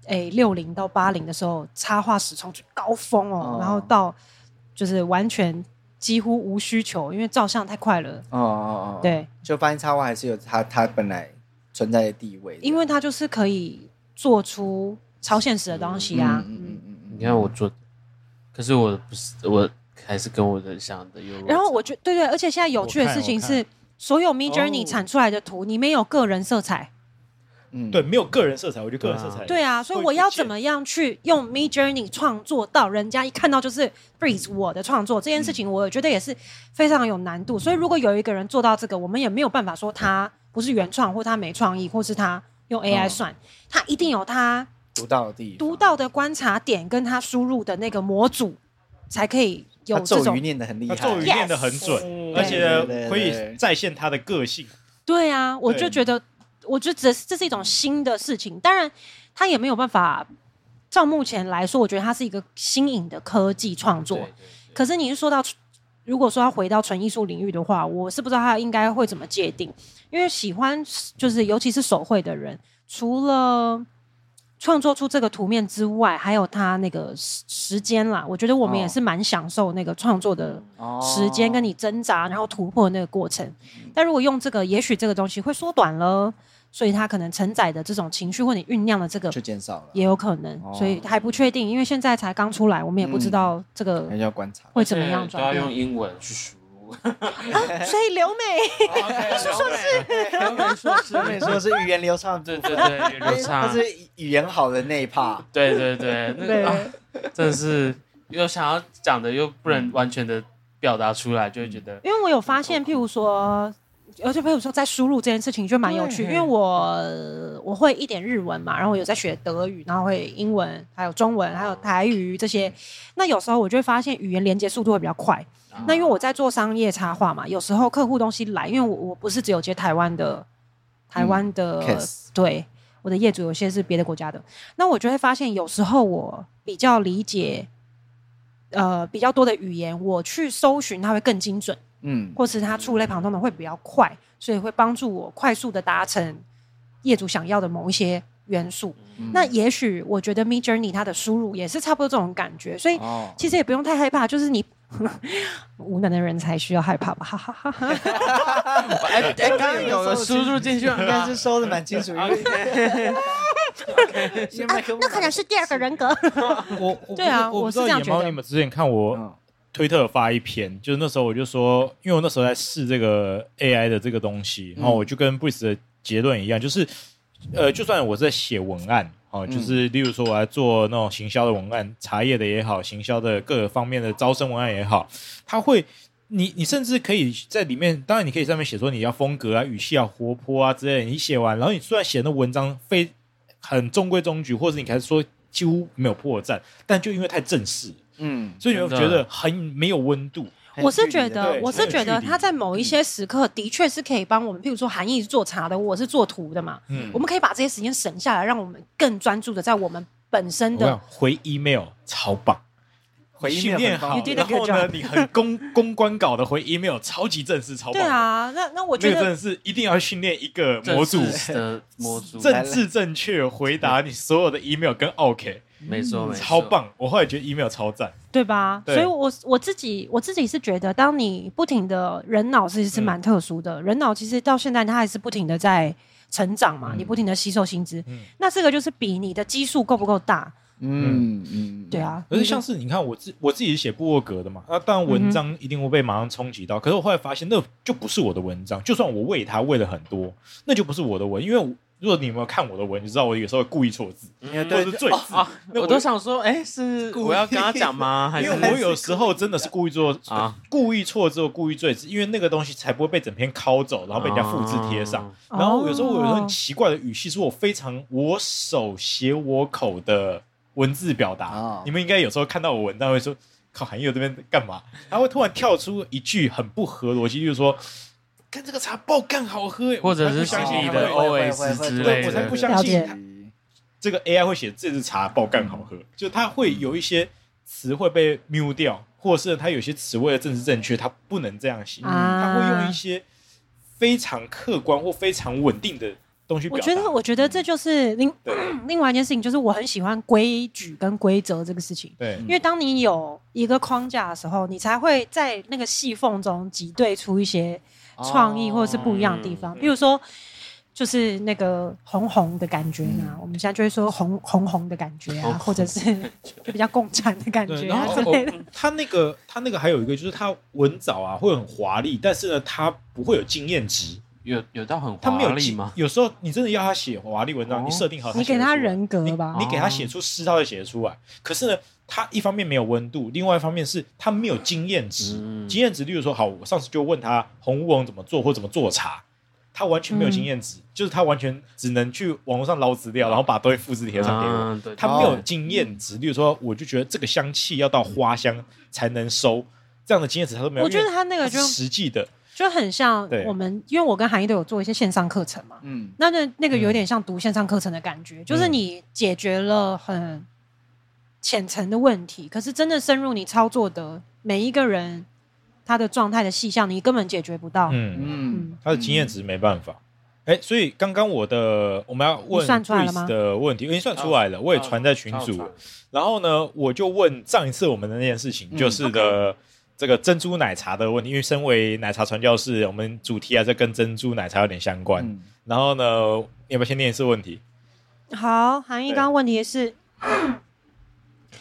[SPEAKER 2] 60到80的时候，插画史从高峰然后到就是完全几乎无需求，因为照相太快了。对，
[SPEAKER 4] 就发现插画还是有它本来存在的地位，
[SPEAKER 2] 因为它就是可以做出超现实的东西啊。
[SPEAKER 5] 你看我做，可是我不是，我还是跟我的想的有。
[SPEAKER 2] 然后我觉得对，而且现在有趣的事情是，所有 Midjourney 产出来的图，你没有个人色彩。
[SPEAKER 3] 对，没有个人色彩，我觉得个人色彩。
[SPEAKER 2] 对啊，所以我要怎么样去用 Midjourney 创作到人家一看到就是 Breeze 我的创作这件事情，我觉得也是非常有难度。所以如果有一个人做到这个，我们也没有办法说他不是原创，或他没创意，或是他用 AI 算，他一定有他独到的观察点，跟他输入的那个模组，才可以有这种。
[SPEAKER 4] 咒语念得很厉害，
[SPEAKER 3] 咒语念得很准，而且可以再现他的个性。
[SPEAKER 2] 对啊，我就觉得。我觉得这是一种新的事情，当然它也没有办法照目前来说，我觉得它是一个新颖的科技创作。可是你是说到，如果说要回到纯艺术领域的话，我是不知道它应该会怎么界定，因为喜欢就是尤其是手绘的人，除了创作出这个图面之外，还有他那个时间啦，我觉得我们也是蛮享受那个创作的时间，跟你挣扎然后突破那个过程。但如果用这个，也许这个东西会缩短了。所以它可能承载的这种情绪或你酝酿的这个
[SPEAKER 4] 就减少了，
[SPEAKER 2] 也有可能，所以还不确定，因为现在才刚出来，我们也不知道这个
[SPEAKER 4] 要观察
[SPEAKER 2] 会怎么样
[SPEAKER 5] 转变。都要用英文去输入， 读。
[SPEAKER 2] 所以留美是硕士，
[SPEAKER 5] 留美硕士，
[SPEAKER 4] 留美硕士语言流畅，
[SPEAKER 5] 对，语言流畅，
[SPEAKER 4] 他是语言好的那一趴。
[SPEAKER 5] 对，那个真的是又想要讲的又不能完全的表达出来，就会觉得，
[SPEAKER 2] 因为我有发现，譬如说在输入这件事情就蛮有趣，因为我会一点日文嘛，然后我有在学德语，然后会英文，还有中文，还有台语这些。那有时候我就会发现语言连接速度会比较快。那因为我在做商业插画嘛，有时候客户东西来，因为我不是只有接台湾的，对，我的业主有些是别的国家的，那我就会发现有时候我比较理解比较多的语言，我去搜寻它会更精准，或是它触类旁通的会比较快，所以会帮助我快速的达成业主想要的某一些元素。那也许我觉得 Midjourney 它的输入也是差不多这种感觉，所以其实也不用太害怕，就是你无能的人才需要害怕吧，哈哈哈哈。
[SPEAKER 5] 刚刚有输入进去，
[SPEAKER 4] 应该是收的蛮清楚。那
[SPEAKER 2] 可能是第二个人格。对啊，
[SPEAKER 3] 我
[SPEAKER 2] 是这样觉得。
[SPEAKER 3] 你们之前看我推特发一篇，就是那时候我就说，因为我那时候在试这个 AI 的这个东西，然后我就跟 Bruce 的结论一样，就是就算我在写文案，就是例如说我在做那种行销的文案，茶叶的也好，行销的各个方面的招生文案也好，它会你甚至可以在里面，当然你可以上面写说你要风格啊、语气啊、活泼啊之类的，你写完，然后你虽然写的文章很中规中矩，或者你开始说几乎没有破绽，但就因为太正式，所以你会觉得很没有温度。
[SPEAKER 2] 我是觉得他在某一些时刻的确是可以帮我们，譬如说韩毅是做茶的，我是做图的嘛，我们可以把这些时间省下来，让我们更专注的在我们本身的
[SPEAKER 3] 回 email 超棒，回 email 练好，然后呢，你很公关稿的回 email 超级正式，超棒。
[SPEAKER 2] 对啊，那我觉得
[SPEAKER 3] 那个真的是一定要训练一个模组
[SPEAKER 5] 的模组，
[SPEAKER 3] 政治正确回答你所有的 email 跟 OK。
[SPEAKER 5] 没错，
[SPEAKER 3] 超棒！我后来觉得 email 超赞，
[SPEAKER 2] 对吧？对，所以我自己是觉得，当你不停的人脑其实是蛮特殊的，人脑其实到现在它还是不停的在成长嘛，你不停的吸收新知，那这个就是比你的基数够不够大。对啊。
[SPEAKER 3] 可是像是你看我自己是写部落格的嘛，那当然文章一定会被马上冲击到，可是我后来发现那就不是我的文章，就算我为它为了很多，那就不是我的文，因为如果你有没有看我的文，你知道我有时候会故意错字，或者是赘字，
[SPEAKER 5] 我都想说，是我要跟他讲吗？
[SPEAKER 3] 因为我有时候真的是故意故意错字或故意赘字，因为那个东西才不会被整篇拷走，然后被人家复制贴上。然后有时候我有很奇怪的语气，是我手写我口的文字表达。你们应该有时候看到我文章会说，靠，韩佑这边干嘛？他会突然跳出一句很不合逻辑，就是说。跟这个茶爆干好喝耶，
[SPEAKER 5] 或者是心里的 OS 之类的，
[SPEAKER 3] 我才不相信这个 AI 会写这支茶爆干好喝，就它会有一些词会被 mute 掉，或者是它有些词为了政治正确，它不能这样写，它会用一些非常客观或非常稳定的东西表达。
[SPEAKER 2] 我觉得这就是另外一件事情，就是我很喜欢规矩跟规则这个事情。
[SPEAKER 3] 对，
[SPEAKER 2] 因为当你有一个框架的时候，你才会在那个细缝中挤兑出一些创意或者是不一样的地方。比如说，就是那个红红的感觉啊，我们现在就会说红的感觉啊，或者是就比较共产的感觉啊之类的。
[SPEAKER 3] 他那个还有一个就是他文藻啊会很华丽，但是呢，他不会有经验值。
[SPEAKER 5] 有到很华丽吗？
[SPEAKER 3] 有时候你真的要他写华丽文章，你设定好，
[SPEAKER 2] 你给他人格吧，
[SPEAKER 3] 你给他写出诗，他会写得出来。可是呢，他一方面没有温度，另外一方面是他没有经验值。经验值，例如说，好，我上次就问他红乌龙怎么做或怎么做茶，他完全没有经验值，就是他完全只能去网络上捞资料，然后把东西复制贴上给我。他没有经验值，例如说，我就觉得这个香气要到花香才能收，这样的经验值他都没有。
[SPEAKER 2] 我觉得他那个就
[SPEAKER 3] 实际的。
[SPEAKER 2] 就很像我们，因为我跟韩毅都有做一些线上课程嘛，那个有点像读线上课程的感觉，就是你解决了很浅层的问题，可是真的深入你操作的每一个人他的状态的细项，你根本解决不到。
[SPEAKER 3] 他的经验值没办法。所以刚刚我们要问 Bruce 的问题，因为算出来了，我也传在群组。然后呢，我就问上一次我们的那件事情，就是的。这个珍珠奶茶的问题，因为身为奶茶传教士，我们主题还是跟珍珠奶茶有点相关。然后呢，要不要先念一次问题？
[SPEAKER 2] 好，韩毅刚刚问题是，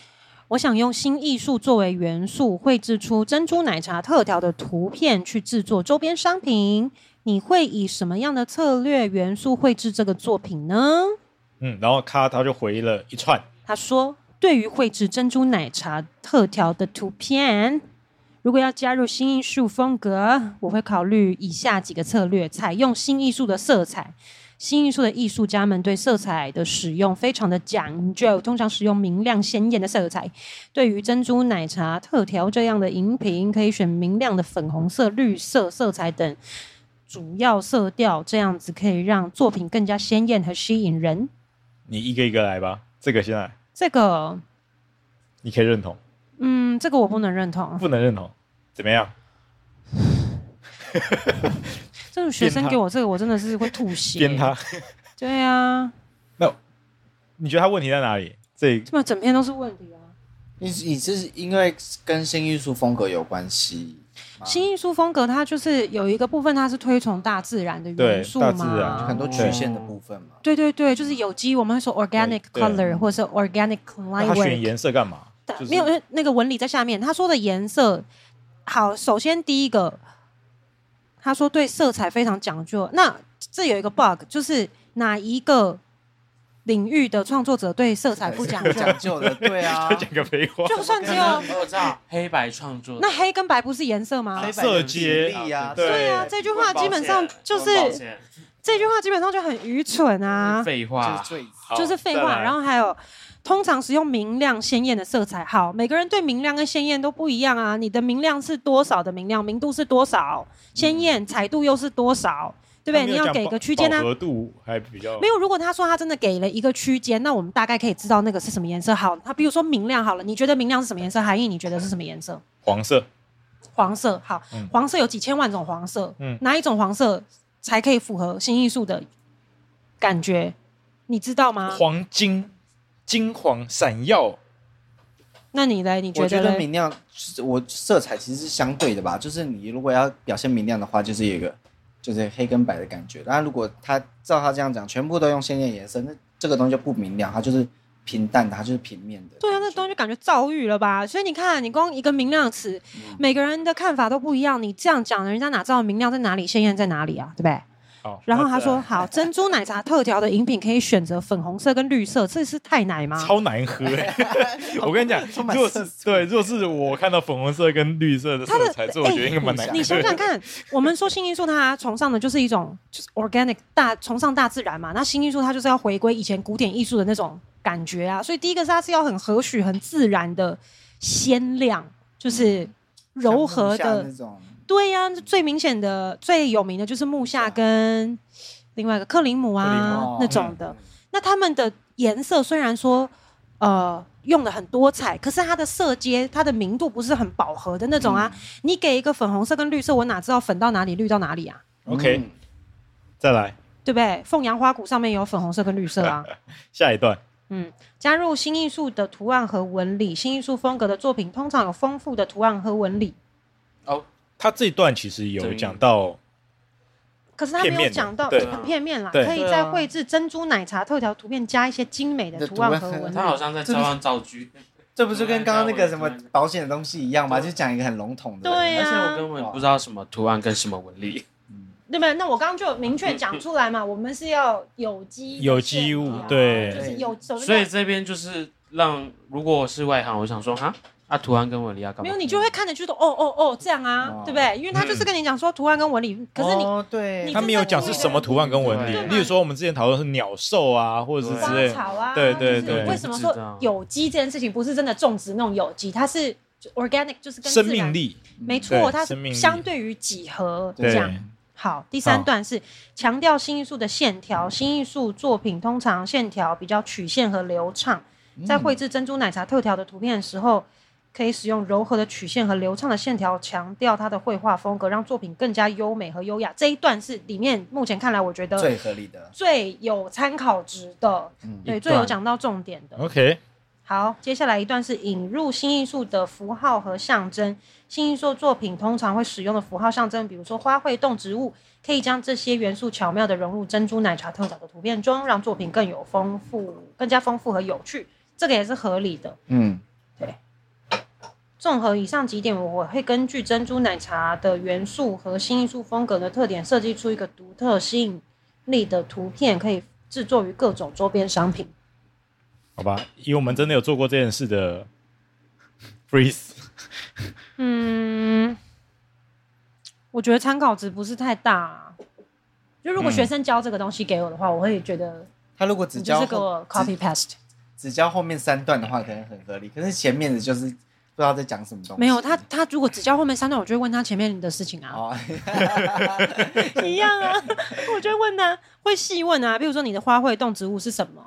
[SPEAKER 2] 我想用新艺术作为元素，绘制出珍珠奶茶特调的图片，去制作周边商品。你会以什么样的策略元素绘制这个作品呢？
[SPEAKER 3] 然后他就回了一串。
[SPEAKER 2] 他说，对于绘制珍珠奶茶特调的图片，如果要加入新艺术风格，我会考虑以下几个策略：采用新艺术的色彩。新艺术的艺术家们对色彩的使用非常的讲究，通常使用明亮鲜艳的色彩。对于珍珠奶茶特调这样的饮品，可以选明亮的粉红色、绿色色彩等主要色调，这样子可以让作品更加鲜艳和吸引人。
[SPEAKER 3] 你一个一个来吧，这个现在
[SPEAKER 2] 这个
[SPEAKER 3] 你可以认同，
[SPEAKER 2] 这个我不能认同。
[SPEAKER 3] 不能认同，怎么样？
[SPEAKER 2] 这种学生给我这个，我真的是会吐血。
[SPEAKER 3] 编他。
[SPEAKER 2] 对啊，
[SPEAKER 3] 那你觉得他问题在哪里？这
[SPEAKER 2] 基本整篇都是问题啊。
[SPEAKER 4] 你是因为跟新艺术风格有关系？
[SPEAKER 2] 新艺术风格它就是有一个部分，它是推崇大自然的元素嘛，
[SPEAKER 3] 大自然
[SPEAKER 4] 很多曲线的部分嘛。
[SPEAKER 2] 对对对，就是有机，我们会说 organic color 或者是 organic line work。
[SPEAKER 3] 他选颜色干嘛？
[SPEAKER 2] 没有，那个纹理在下面。他说的颜色，好，首先第一个，他说对色彩非常讲究。那这有一个 bug， 就是哪一个领域的创作者对色彩不讲
[SPEAKER 4] 究的？对啊，
[SPEAKER 3] 讲个废话。
[SPEAKER 2] 就算只有
[SPEAKER 5] 我知道黑白创作，
[SPEAKER 2] 那黑跟白不是颜色吗？
[SPEAKER 3] 色阶
[SPEAKER 4] 啊，
[SPEAKER 2] 对啊，这句话基本上就是这句话基本上就很愚蠢啊，
[SPEAKER 5] 废话，
[SPEAKER 2] 就是废话。然后还有，通常使用明亮鲜艳的色彩。好，每个人对明亮跟鲜艳都不一样啊。你的明亮是多少的明亮？明度是多少？鲜艳彩度又是多少？对不对？你要给个区间啊。
[SPEAKER 3] 饱和度还比较
[SPEAKER 2] 没有。如果他说他真的给了一个区间，那我们大概可以知道那个是什么颜色。好，他比如说明亮好了，你觉得明亮是什么颜色？韩毅，你觉得是什么颜色？
[SPEAKER 3] 黄色。
[SPEAKER 2] 黄色。好，黄色有几千万种黄色，哪一种黄色才可以符合新艺术的感觉？你知道吗？
[SPEAKER 3] 黄金、金黄、闪耀。
[SPEAKER 2] 那你呢？你觉得？
[SPEAKER 4] 我觉得明亮，我色彩其实是相对的吧。就是你如果要表现明亮的话，就是有一个就是黑跟白的感觉。但如果他照他这样讲，全部都用鲜艳颜色，那这个东西就不明亮，它就是平淡的，它就是平面的。
[SPEAKER 2] 对啊，那东西就感觉躁郁了吧？所以你看，你光一个明亮的词，每个人的看法都不一样。你这样讲，人家哪知道明亮在哪里，鲜艳在哪里啊？对不对？然后他说：“好，珍珠奶茶特调的饮品可以选择粉红色跟绿色，这是太奶吗？
[SPEAKER 3] 超难喝我跟你讲，如果是我看到粉红色跟绿色的色彩，这我觉得应该蛮难喝的。
[SPEAKER 2] 你想想看，我们说新艺术，它崇尚的就是一种就是 organic 崇尚大自然嘛。那新艺术它就是要回归以前古典艺术的那种感觉啊。所以第一个是它是要很和煦、很自然的鲜亮，就是柔和的
[SPEAKER 4] 那种。”
[SPEAKER 2] 对呀，最明显的、最有名的就是木下跟另外一个克林姆啊那种的。那他们的颜色虽然说用的很多彩，可是它的色阶、它的明度不是很饱和的那种啊。你给一个粉红色跟绿色，我哪知道粉到哪里、绿到哪里啊
[SPEAKER 3] ？OK，再来，
[SPEAKER 2] 对不对？凤阳花鼓上面有粉红色跟绿色啊。
[SPEAKER 3] 下一段，
[SPEAKER 2] 加入新艺术的图案和纹理，新艺术风格的作品通常有丰富的图案和纹理。
[SPEAKER 3] 他这一段其实有讲到，
[SPEAKER 2] 可是他没有讲到，很片面啦。可以在绘制珍珠奶茶特调图片加一些精美的图案和纹理。
[SPEAKER 5] 他好像在照样造句，
[SPEAKER 4] 这不是跟刚刚那个什么保险的东西一样吗？就讲一个很笼统的。
[SPEAKER 2] 对
[SPEAKER 5] 而且我根本不知道什么图案跟什么纹理。
[SPEAKER 2] 对不对？那我刚刚就明确讲出来嘛，我们是要有机物，
[SPEAKER 3] 对，
[SPEAKER 2] 就是有。
[SPEAKER 5] 所以这边就是让，如果我是外行，我想说哈。图案跟纹理要干嘛？
[SPEAKER 2] 没有，你就会看着就说这样啊，对不对？因为他就是跟你讲说图案跟纹理，可是
[SPEAKER 4] 对，
[SPEAKER 3] 他没有讲是什么图案跟纹理。例如说我们之前讨论是鸟兽啊，或者是之类
[SPEAKER 2] 花草啊，
[SPEAKER 3] 对。
[SPEAKER 2] 为什么说有机这件事情不是真的种植那种有机，它是 organic， 就是跟
[SPEAKER 3] 生命力，
[SPEAKER 2] 没错，它是相对于几何这样。好，第三段是强调新艺术的线条，新艺术作品通常线条比较曲线和流畅，在绘制珍珠奶茶特调的图片的时候。可以使用柔和的曲线和流畅的线条，强调它的绘画风格，让作品更加优美和优雅。这一段是里面目前看来，我觉得
[SPEAKER 4] 最合理的、
[SPEAKER 2] 最有参考值的，对，最有讲到重点的。
[SPEAKER 3] OK，
[SPEAKER 2] 好，接下来一段是引入新艺术的符号和象征。新艺术作品通常会使用的符号象征，比如说花卉、动植物，可以将这些元素巧妙地融入珍珠奶茶特调的图片中，让作品更加丰富和有趣。这个也是合理的。 对。综合以上几点，我会根据珍珠奶茶的元素和新艺术风格的特点，设计出一个独特吸引力的图片，可以制作于各种周边商品。
[SPEAKER 3] 好吧，以我们真的有做过这件事的 Freeze，
[SPEAKER 2] 我觉得参考值不是太大。就如果学生教这个东西给我的话，我会觉得
[SPEAKER 4] 他如果只教
[SPEAKER 2] 就是给我 copy paste，
[SPEAKER 4] 只教后面3段的话，可能很合理。可是前面的就是不知道在讲什么东西。
[SPEAKER 2] 没有他如果只教后面3段，我就会问他前面的事情啊，一样啊，我就会问他，会细问啊，比如说你的花卉动植物是什么？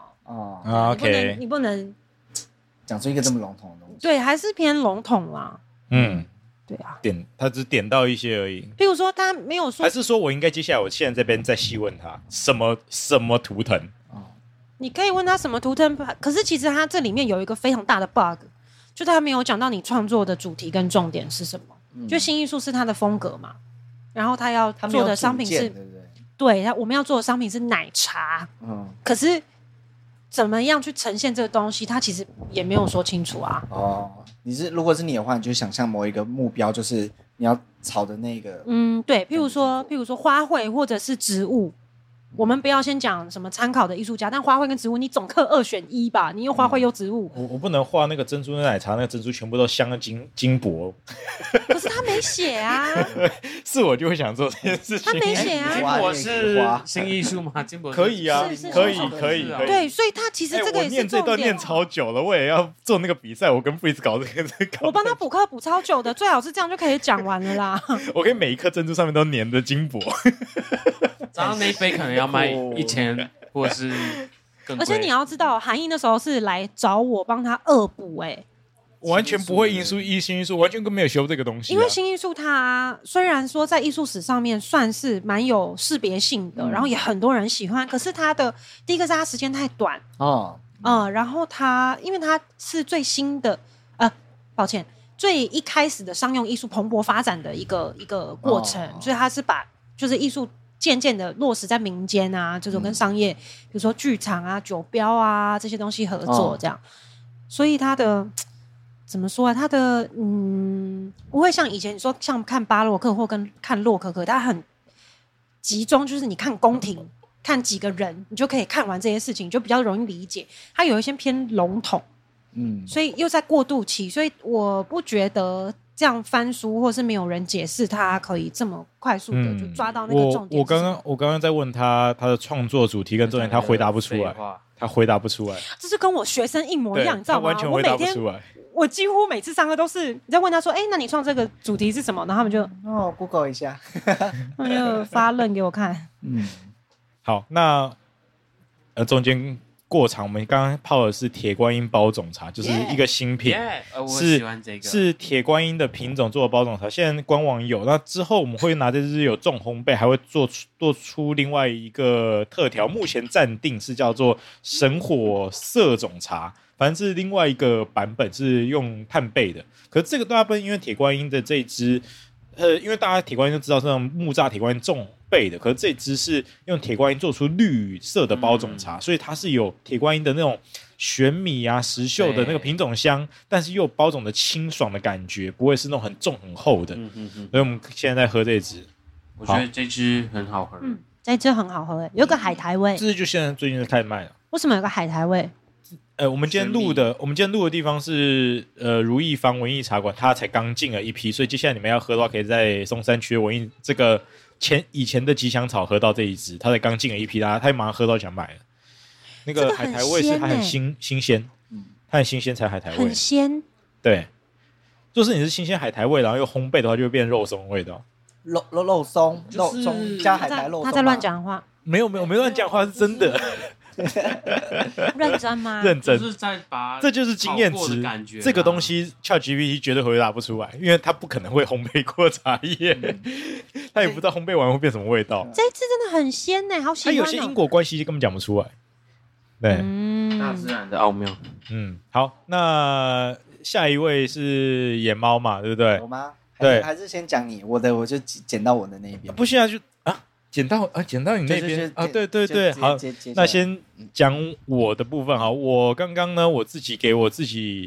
[SPEAKER 3] OK，
[SPEAKER 2] 你不能
[SPEAKER 4] 讲出一个这么笼统的东西。
[SPEAKER 2] 对，还是偏笼统啦。对啊，
[SPEAKER 3] 他只点到一些而已。
[SPEAKER 2] 比如说他没有说，
[SPEAKER 3] 还是说我应该接下来我现在这边再细问他什么图腾？
[SPEAKER 2] 你可以问他什么图腾，可是其实他这里面有一个非常大的 bug， 就他没有讲到你创作的主题跟重点是什么。就新艺术是他的风格嘛，然后他要做的商品是，对，我们要做的商品是奶茶。可是怎么样去呈现这个东西，他其实也没有说清楚啊。
[SPEAKER 4] 如果是你的话，你就想象某一个目标，就是你要朝的那个。
[SPEAKER 2] 对，譬如说花卉或者是植物，我们不要先讲什么参考的艺术家，但花卉跟植物你总可2选1吧，你又花卉又植物。
[SPEAKER 3] 我不能画那个珍珠奶茶，那个珍珠全部都镶了金箔。
[SPEAKER 2] 可是他没写啊。
[SPEAKER 3] 是我就会想做这件事情。
[SPEAKER 2] 他没写啊。
[SPEAKER 5] 金箔是新艺术吗？金箔
[SPEAKER 3] 可以啊，可以。
[SPEAKER 2] 对，所以他其实这个也是重点。
[SPEAKER 3] 我念这段念超久了，我也要做那个比赛，我跟 Freeze 搞这个。
[SPEAKER 2] 我帮他补课补超久的，最好是这样就可以讲完了啦。
[SPEAKER 3] 我可以每一颗珍珠上面都粘着金箔。
[SPEAKER 5] 然后那一杯可能要卖1000，或者是更贵。
[SPEAKER 2] 而且你要知道，韩毅那时候是来找我帮他恶补，
[SPEAKER 3] 我完全不会新艺术，完全没有修这个东西。
[SPEAKER 2] 因为新艺术它虽然说在艺术史上面算是蛮有识别性的，然后也很多人喜欢，可是它的第一个是它时间太短然后因为它是最新的最一开始的商用艺术蓬勃发展的一个过程，所以它是把就是艺术渐渐的落实在民间啊，这种跟商业，比如说剧场啊、酒标啊这些东西合作这样，所以它的怎么说啊？它的不会像以前你说像看巴洛克或跟看洛可可，它很集中，就是你看宫廷，看几个人，你就可以看完这些事情，就比较容易理解。它有一些偏笼统，所以又在过渡期，所以我不觉得这样翻书或是没有人解释，它可以这么快速的就抓到那个重点。
[SPEAKER 3] 我刚刚在问他的创作主题跟重点，他回答不出来，这
[SPEAKER 2] 是跟我学生一模一样，你知道吗？
[SPEAKER 3] 他完全回答不出来。
[SPEAKER 2] 我几乎每次上课都是你在问他说：“那你创这个主题是什么？”然后他们就
[SPEAKER 4] Google 一下，
[SPEAKER 2] 他们就发愣给我看。
[SPEAKER 3] 好，那中间过场，我们刚刚泡的是铁观音包种茶，就是一个新品，
[SPEAKER 5] 我喜欢这个，
[SPEAKER 3] 是铁观音的品种做的包种茶，现在官网有。那之后我们会拿这支有重烘焙，还会做出另外一个特调，目前暂定是叫做神火色种茶。反正是另外一个版本是用炭焙的，可是这个大部分因为铁观音的这一支，因为大家铁观音就知道是那种木栅铁观音重焙的，可是这一支是用铁观音做出绿色的包种茶，所以它是有铁观音的那种玄米啊、石秀的那个品种香，但是又有包种的清爽的感觉，不会是那种很重很厚的。所以我们现在在喝这一支，
[SPEAKER 5] 我觉得这支很好喝。
[SPEAKER 2] 这支很好喝，有个海苔味。
[SPEAKER 3] 这支就现在最近开始卖了。
[SPEAKER 2] 为什么有个海苔味？
[SPEAKER 3] 我们今天录的地方是如意坊文艺茶馆，它才刚进了一批，所以接下来你们要喝的话，可以在松山区的文艺这个以前的吉祥草喝到这一支，它才刚进了一批，他马上喝到想买了。那个海苔味是它很新鲜，它很新鲜才海苔味，
[SPEAKER 2] 很鲜。
[SPEAKER 3] 对，就是你是新鲜海苔味，然后又烘焙的话，就会变肉松味道。
[SPEAKER 4] 肉松加海苔肉松。
[SPEAKER 2] 他在乱讲话。
[SPEAKER 3] 没乱讲话，是真的。
[SPEAKER 2] 认真吗？
[SPEAKER 3] 认真，
[SPEAKER 5] 就是在把
[SPEAKER 3] 这就是经验值
[SPEAKER 5] 感觉。
[SPEAKER 3] 这个东西 ChatGPT 绝对回答不出来，因为它不可能会烘焙过茶叶，它也不知道烘焙完会变什么味道。
[SPEAKER 2] 这一次真的很鲜呢，好喜欢。
[SPEAKER 3] 它有些因果关系根本讲不出来。对，
[SPEAKER 5] 大自然的奥妙。
[SPEAKER 3] 好，那下一位是野猫嘛，对不对？
[SPEAKER 4] 我吗？
[SPEAKER 3] 对，
[SPEAKER 4] 还是先讲你我的，我就剪到我的那一边。
[SPEAKER 3] 不行啊，就剪到你那边啊！对，好，那先讲我的部分哈。我刚刚呢，我自己给我自己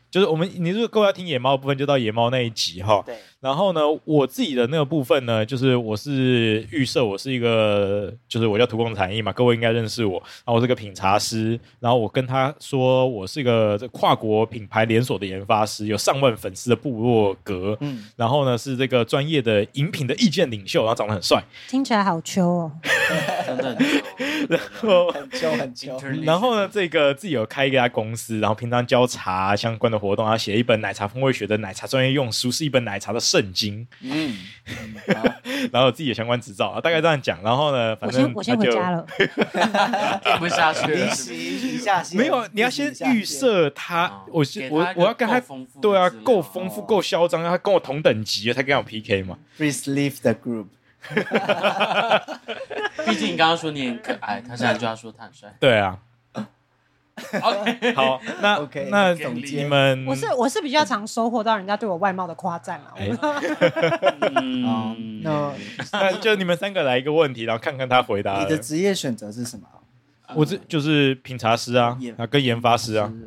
[SPEAKER 3] 就是你如果各位要听野猫的部分，就到野猫那一集哈。
[SPEAKER 4] 对。
[SPEAKER 3] 然后呢，我自己的那个部分呢，就是我是预设我是一个，就是我叫涂公产艺嘛，各位应该认识我。然后我是个品茶师，然后我跟他说我是一个跨国品牌连锁的研发师，有上万粉丝的部落格。然后呢是这个专业的饮品的意见领袖，然后长得很帅，
[SPEAKER 2] 听起来好秋哦。
[SPEAKER 5] 真的很
[SPEAKER 4] 很久。
[SPEAKER 3] 然后呢，这个自己有开一家公司，然后平常教茶相关的活动，然后写一本奶茶风味学的奶茶专业用书，是一本奶茶的圣经。然后有自己的相关执照，大概这样讲。然后呢，反正
[SPEAKER 2] 我先回家了，
[SPEAKER 5] 听不下去了。
[SPEAKER 4] 离席一下线。
[SPEAKER 3] 没有，你要先预设他，我要跟他对啊，够丰富，够嚣张，他跟我同等级，才跟我 PK 嘛。
[SPEAKER 4] Please leave the group。
[SPEAKER 5] 毕竟你刚刚说你很可爱，他现在就要说他很帅。
[SPEAKER 3] 对啊。
[SPEAKER 5] OK，
[SPEAKER 3] 好，那你们
[SPEAKER 2] 我是比较常收获到人家对我外貌的夸赞啊。
[SPEAKER 3] 那就你们3个来一个问题，然后看看他回答。
[SPEAKER 4] 你的职业选择是什么？
[SPEAKER 3] 我就是品茶师啊，跟研发师啊。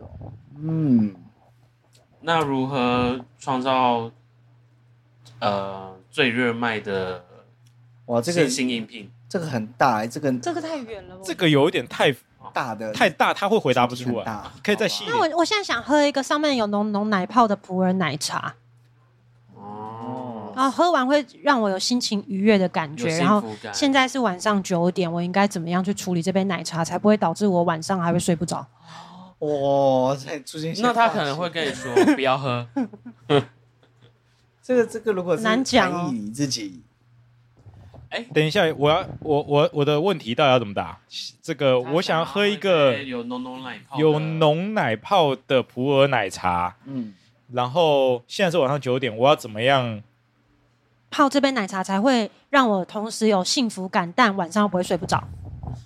[SPEAKER 5] 那如何创造最热卖的新饮品？
[SPEAKER 4] 这个很大，这个
[SPEAKER 2] 太远了，
[SPEAKER 3] 这个有一点太大，他会回答不出来，可以再细一点。
[SPEAKER 2] 那我现在想喝一个上面有浓奶泡的普洱奶茶，然后喝完会让我有心情愉悦的感觉。然后现在是晚上9点，我应该怎么样去处理这杯奶茶，才不会导致我晚上还会睡不着？
[SPEAKER 4] 才出现。
[SPEAKER 5] 那他可能会跟你说不要喝。
[SPEAKER 4] 这个如果是
[SPEAKER 2] 难讲哦，
[SPEAKER 4] 你自己。
[SPEAKER 3] 等一下，我的问题到底要怎么答？这个我想要喝一个
[SPEAKER 5] 有浓
[SPEAKER 3] 奶泡的普洱奶茶，然后现在是晚上9点，我要怎么样
[SPEAKER 2] 泡这杯奶茶才会让我同时有幸福感，但晚上不会睡不着？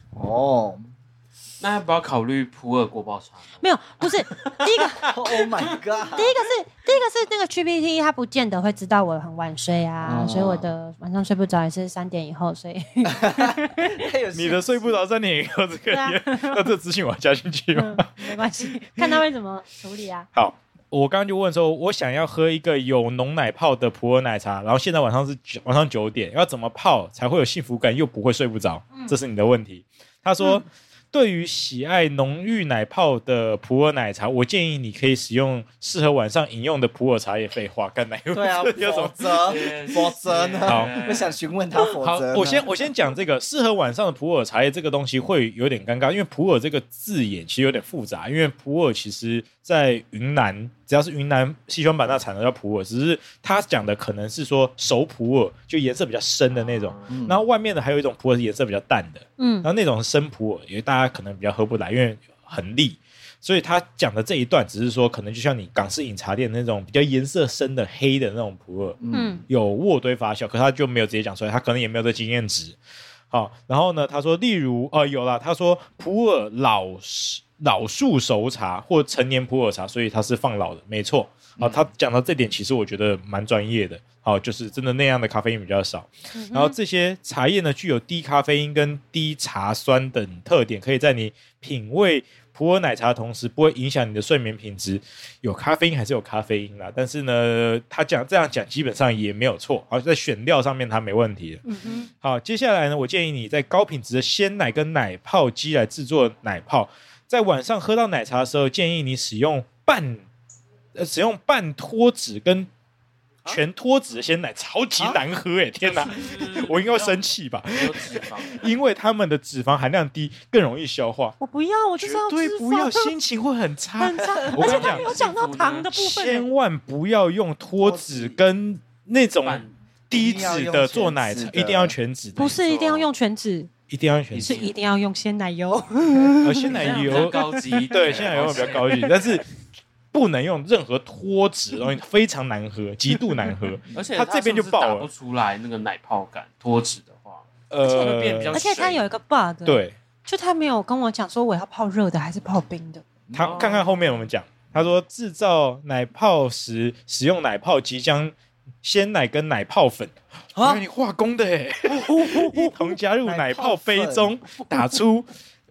[SPEAKER 5] 那要不要考虑普洱锅包茶？
[SPEAKER 2] 没有，不是第一个。
[SPEAKER 4] Oh my god！
[SPEAKER 2] 第一个是那个 GPT， 他不见得会知道我很晚睡啊，所以我的晚上睡不着也是3点以后睡。
[SPEAKER 3] 你的睡不着3点以后，这个资讯我要加进去吗？
[SPEAKER 2] 没关系，看他会怎么处理啊。
[SPEAKER 3] 好，我刚刚就问说，我想要喝一个有浓奶泡的普洱奶茶，然后现在晚上9点，要怎么泡才会有幸福感又不会睡不着？这是你的问题。他说。对于喜爱浓郁奶泡的普洱奶茶，我建议你可以使用适合晚上饮用的普洱茶叶。废话，干奶油
[SPEAKER 4] 对啊，否则呢？
[SPEAKER 3] 好，
[SPEAKER 4] 我想询问他否则呢。
[SPEAKER 3] 好，我先讲这个适合晚上的普洱茶叶这个东西会有点尴尬，因为普洱这个字眼其实有点复杂，因为普洱其实在云南，只要是云南西双版纳产的叫普洱，只是他讲的可能是说熟普洱，就颜色比较深的那种，然后外面的还有一种普洱是颜色比较淡的，然后那种是深普洱，因为大家可能比较喝不来，因为很腻。所以他讲的这一段只是说，可能就像你港式饮茶店那种比较颜色深的黑的那种普洱，有渥堆发酵，可是他就没有直接讲出来，他可能也没有这经验值。好，然后呢，他说，例如有啦，他说普洱老树熟茶或成年普洱茶，所以它是放老的，没错。好，他讲到这点，其实我觉得蛮专业的。好，就是真的那样的咖啡因比较少，然后这些茶叶呢具有低咖啡因跟低茶酸等特点，可以在你品味普洱奶茶的同时不会影响你的睡眠品质。有咖啡因还是有咖啡因啦，但是呢他这样讲基本上也没有错。好，在选料上面他没问题的。好，接下来呢，我建议你在高品质的鲜奶跟奶泡机来制作奶泡，在晚上喝到奶茶的时候，建议你使用半脱脂跟全脱脂的鲜奶，超级难喝耶！天哪，我应该会生气吧？
[SPEAKER 5] 没有脂肪，
[SPEAKER 3] 因为他们的脂肪含量低，更容易消化。
[SPEAKER 2] 我不要，我就是要脂肪。
[SPEAKER 3] 对，不要，心情会很差。
[SPEAKER 2] 很差，而且他没有讲到糖的部分。
[SPEAKER 3] 千万不要用脱脂跟那种低脂的做奶茶，一定要全脂的。
[SPEAKER 2] 不是一定要用全脂。
[SPEAKER 3] 一定要全脂，
[SPEAKER 2] 是一定要用鲜奶油。
[SPEAKER 3] 鲜奶油
[SPEAKER 5] 比较高级，
[SPEAKER 3] 对，鲜奶油比较高级，但是不能用任何脱脂的东西，非常难喝，极度难喝。
[SPEAKER 5] 而且
[SPEAKER 3] 它这边就爆了，
[SPEAKER 5] 打不出来那个奶泡感。脱脂的话，
[SPEAKER 2] 而且它有一个 bug，
[SPEAKER 3] 对，
[SPEAKER 2] 就他没有跟我讲说我要泡热的还是泡冰的。
[SPEAKER 3] 他看看后面我们讲，他说制造奶泡时使用奶泡机将鲜奶跟奶泡粉，你化工的耶，一同加入奶泡杯中，打出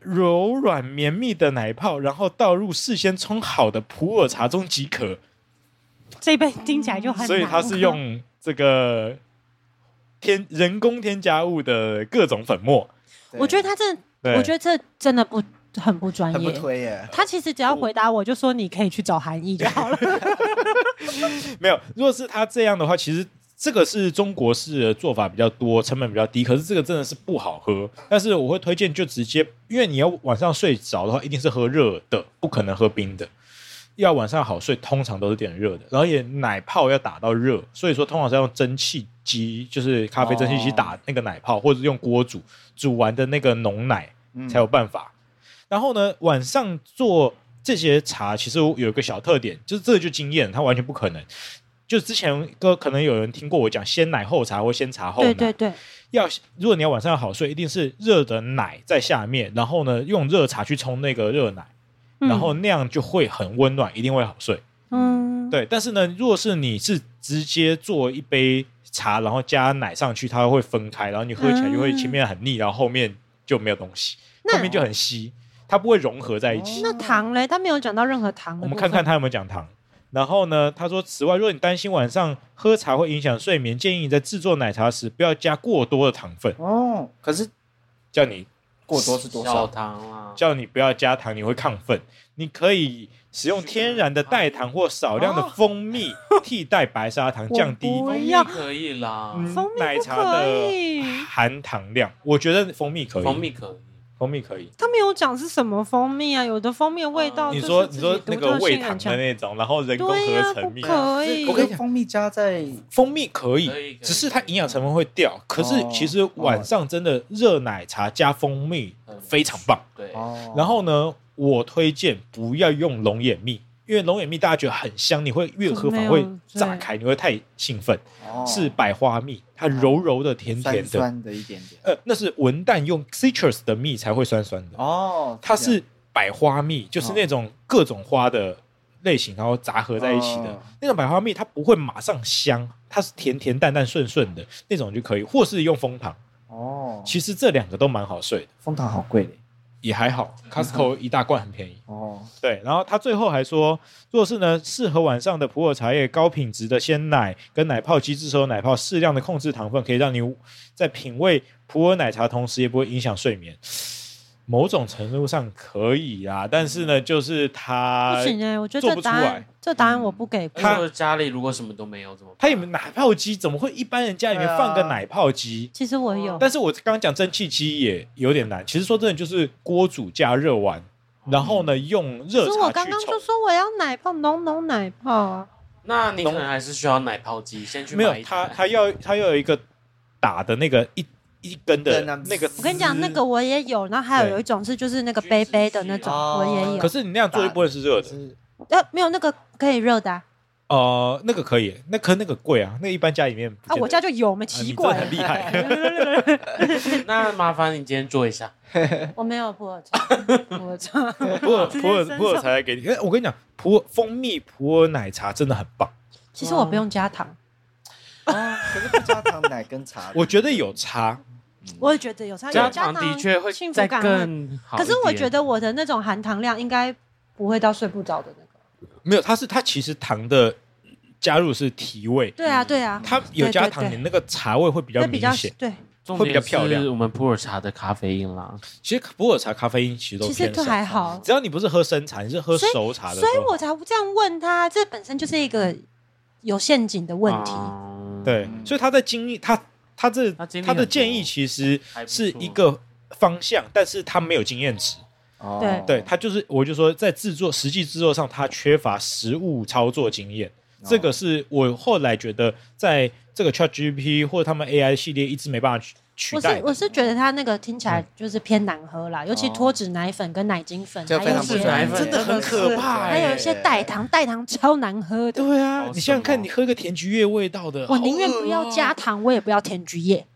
[SPEAKER 3] 柔软绵密的奶泡，然后倒入事先冲好的普洱茶中即可。
[SPEAKER 2] 这一杯听起来就很难，
[SPEAKER 3] 所以它是用这个人工添加物的各种粉末。
[SPEAKER 2] 我觉得我觉得这真的很不专业，
[SPEAKER 4] 很不推耶。
[SPEAKER 2] 他其实只要回答我就说你可以去找韩裔就好了。
[SPEAKER 3] 没有，如果是他这样的话，其实这个是中国式的做法比较多，成本比较低，可是这个真的是不好喝。但是我会推荐就直接，因为你要晚上睡着的话，一定是喝热的，不可能喝冰的。要晚上好睡，通常都是点热的，然后也奶泡要打到热，所以说通常是要用蒸汽机，就是咖啡蒸汽机打那个奶泡，或者是用锅煮完的那个浓奶才有办法。然后呢，晚上做这些茶，其实有一个小特点，就是这个就经验，它完全不可能。就之前可能有人听过我讲先奶后茶或先茶后奶，
[SPEAKER 2] 对对对，
[SPEAKER 3] 如果你要晚上要好睡，一定是热的奶在下面，然后呢用热茶去冲那个热奶。然后那样就会很温暖，一定会好睡。对。但是呢，如果是你是直接做一杯茶，然后加奶上去，它会分开，然后你喝起来就会前面很腻，然后后面就没有东西，后面就很稀，它不会融合在一起。
[SPEAKER 2] 那糖嘞？他没有讲到任何糖。
[SPEAKER 3] 我们看看他有没有讲糖。然后呢，他说，此外，如果你担心晚上喝茶会影响睡眠，建议你在制作奶茶时不要加过多的糖分。
[SPEAKER 4] 可是
[SPEAKER 3] 叫你
[SPEAKER 4] 过多是多少？
[SPEAKER 5] 小糖啊，
[SPEAKER 3] 叫你不要加糖，你会亢奋。你可以使用天然的代糖或少量的蜂蜜替代白砂糖，降低
[SPEAKER 5] 蜂蜜可以啦。
[SPEAKER 3] 奶茶的含糖量。我觉得蜂蜜可以，蜂蜜可以。
[SPEAKER 2] 他没有讲是什么蜂蜜啊，有的蜂蜜的味道
[SPEAKER 3] 你说那个味糖的那种，然后人工合成蜜，
[SPEAKER 2] 可以。
[SPEAKER 4] 我跟你讲，蜂蜜加在
[SPEAKER 3] 蜂蜜可以，只是它营养成分会掉。可是其实晚上真的热奶茶加蜂蜜非常棒。
[SPEAKER 5] 对。
[SPEAKER 3] 然后呢，我推荐不要用龙眼蜜，因为龙眼蜜大家觉得很香，你会越喝反而会炸开，你会太兴奋。是百花蜜，它柔柔的、甜甜的，
[SPEAKER 4] 酸的一点点。
[SPEAKER 3] 那是文旦用 citrus 的蜜才会酸酸的。它是百花蜜，就是那种各种花的类型，然后杂合在一起的那种百花蜜，它不会马上香，它是甜甜淡淡顺顺的那种就可以，或是用枫糖。其实这两个都蛮好睡的。
[SPEAKER 4] 枫糖好贵的。
[SPEAKER 3] 也还好 ，Costco 一大罐很便宜。对，然后他最后还说，若是呢适合晚上的普洱茶叶，高品质的鲜奶跟奶泡机制熟奶泡，适量的控制糖分，可以让你在品味普洱奶茶同时，也不会影响睡眠。某种程度上可以啊，但是呢，就是他
[SPEAKER 2] 不行我觉得
[SPEAKER 3] 做不出来。
[SPEAKER 2] 这答案我不给。
[SPEAKER 5] 他家里如果什么都没有怎么办？
[SPEAKER 3] 他有没有奶泡机？怎么会一般人家里面放个奶泡机？
[SPEAKER 2] 其实我有，
[SPEAKER 3] 但是我刚刚讲蒸汽机也有点难。其实说真的，就是锅煮加热完，然后呢用热茶去冲。
[SPEAKER 2] 我刚刚就说我要奶泡，浓奶泡啊。
[SPEAKER 5] 那你可能还是需要奶泡机，先去买一台。
[SPEAKER 3] 没有，他要有一个打的那个一根的那个。
[SPEAKER 2] 我跟你讲，那个我也有，然后还有一种是就是那个杯的那种，我也有。
[SPEAKER 3] 可是你那样做就不会是热的。
[SPEAKER 2] 没有那个可以热的。
[SPEAKER 3] 那个可以，那个贵啊，那一般家里面
[SPEAKER 2] 我家就有，没奇怪，
[SPEAKER 3] 很厉害。
[SPEAKER 5] 那麻烦你今天做一下。
[SPEAKER 2] 我没有普洱茶，
[SPEAKER 3] 普洱茶来给你。我跟你讲，蜂蜜普洱奶茶真的很棒。
[SPEAKER 2] 其实我不用加糖。
[SPEAKER 4] 可是不加糖奶跟茶，
[SPEAKER 3] 我觉得有差。
[SPEAKER 2] 我也觉得有差，
[SPEAKER 5] 加糖的确会再更好。
[SPEAKER 2] 可是我觉得我的那种含糖量应该不会到睡不着的那个。
[SPEAKER 3] 没有，它其实糖的加入是提味。
[SPEAKER 2] 对啊，
[SPEAKER 3] 它有加糖，你那个茶味会比较明显，
[SPEAKER 2] 对，
[SPEAKER 3] 会比较漂亮。
[SPEAKER 5] 我们普洱茶的咖啡因啦，
[SPEAKER 3] 其实普洱茶咖啡因其实都
[SPEAKER 2] 还好，
[SPEAKER 3] 只要你不是喝生茶，你是喝熟茶的，
[SPEAKER 2] 所以我才这样问他，这本身就是一个有陷阱的问题。
[SPEAKER 3] 对，所以他在经历他的建议其实是一个方向，但是他没有经验值。对，他就是我就说在实际制作上他缺乏实务操作经验。这个是我后来觉得在这个 ChatGPT 或者他们 AI 系列一直没办法取代。
[SPEAKER 2] 我是觉得它那个听起来就是偏难喝啦，尤其脱脂奶粉跟奶精粉，还有些
[SPEAKER 5] 奶粉
[SPEAKER 3] 真的很可怕，
[SPEAKER 2] 还有一些代糖超难喝的。
[SPEAKER 3] 对啊，你想想看，你喝个甜菊叶味道的，
[SPEAKER 2] 我宁愿不要加糖，我也不要甜菊叶。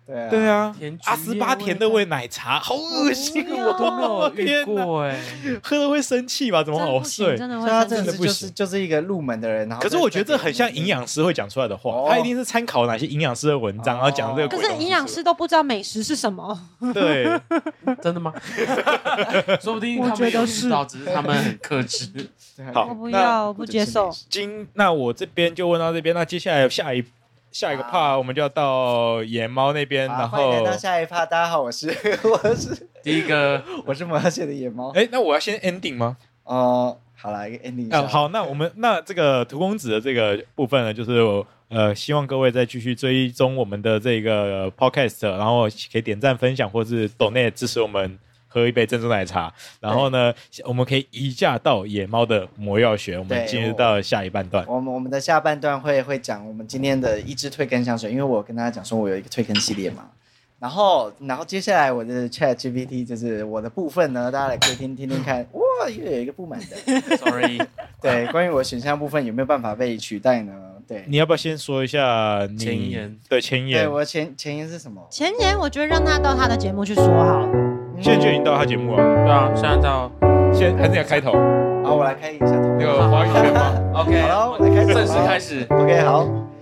[SPEAKER 4] 对
[SPEAKER 3] 啊，阿斯巴甜的味奶茶，好恶心，我都没有遇过喝了会生气吧？怎么好睡？
[SPEAKER 2] 真的会生气，
[SPEAKER 4] 真的不行，就是一个入门的人。
[SPEAKER 3] 可是我觉得这很像营养师会讲出来的话，他一定是参考哪些营养师的文章，然后讲这个。
[SPEAKER 2] 可是营养师都不知道美食是什么。
[SPEAKER 3] 对，
[SPEAKER 5] 真的吗？说不定他们有知道，只是他们很克制。
[SPEAKER 3] 好，
[SPEAKER 2] 我不要，不接受。
[SPEAKER 3] 那我这边就问到这边，那接下来下一个 part 我们就要到野猫那边，然后
[SPEAKER 4] 欢迎来到下一 part。大家好，我是
[SPEAKER 5] 第一个，
[SPEAKER 4] 我是魔药学的野猫。
[SPEAKER 3] 那我要先 ending 吗？
[SPEAKER 4] 好啦，一个 ending。
[SPEAKER 3] 好，那这个涂公子的这个部分呢，就是希望各位再继续追踪我们的这个 podcast， 然后可以点赞分享，或是 donate 支持我们。喝一杯珍珠奶茶，然后呢，我们可以移驾到野猫的魔药学。我们进入到下一半段。
[SPEAKER 4] 我们的下半段会讲我们今天的一支退坑香水，因为我跟大家讲说我有一个退坑系列嘛。然后接下来我的 ChatGPT 就是我的部分呢，大家来可以听看。哇，又有一个不满的
[SPEAKER 5] ，sorry。
[SPEAKER 4] 对，关于我选项部分有没有办法被取代呢？对，
[SPEAKER 3] 你要不要先说一下
[SPEAKER 5] 前言？
[SPEAKER 3] 对，前言。
[SPEAKER 4] 对，我前言是什么？
[SPEAKER 2] 前言我觉得让他到他的节目去说好了。
[SPEAKER 3] 现在就已经到他节目了。
[SPEAKER 5] 对啊，现在到，
[SPEAKER 3] 还是要开头。
[SPEAKER 4] 好，我来开一下头。
[SPEAKER 3] 那个华语圈吗
[SPEAKER 5] ？OK，
[SPEAKER 4] 好了，我来开始，
[SPEAKER 5] 正式开始。
[SPEAKER 4] OK， 好。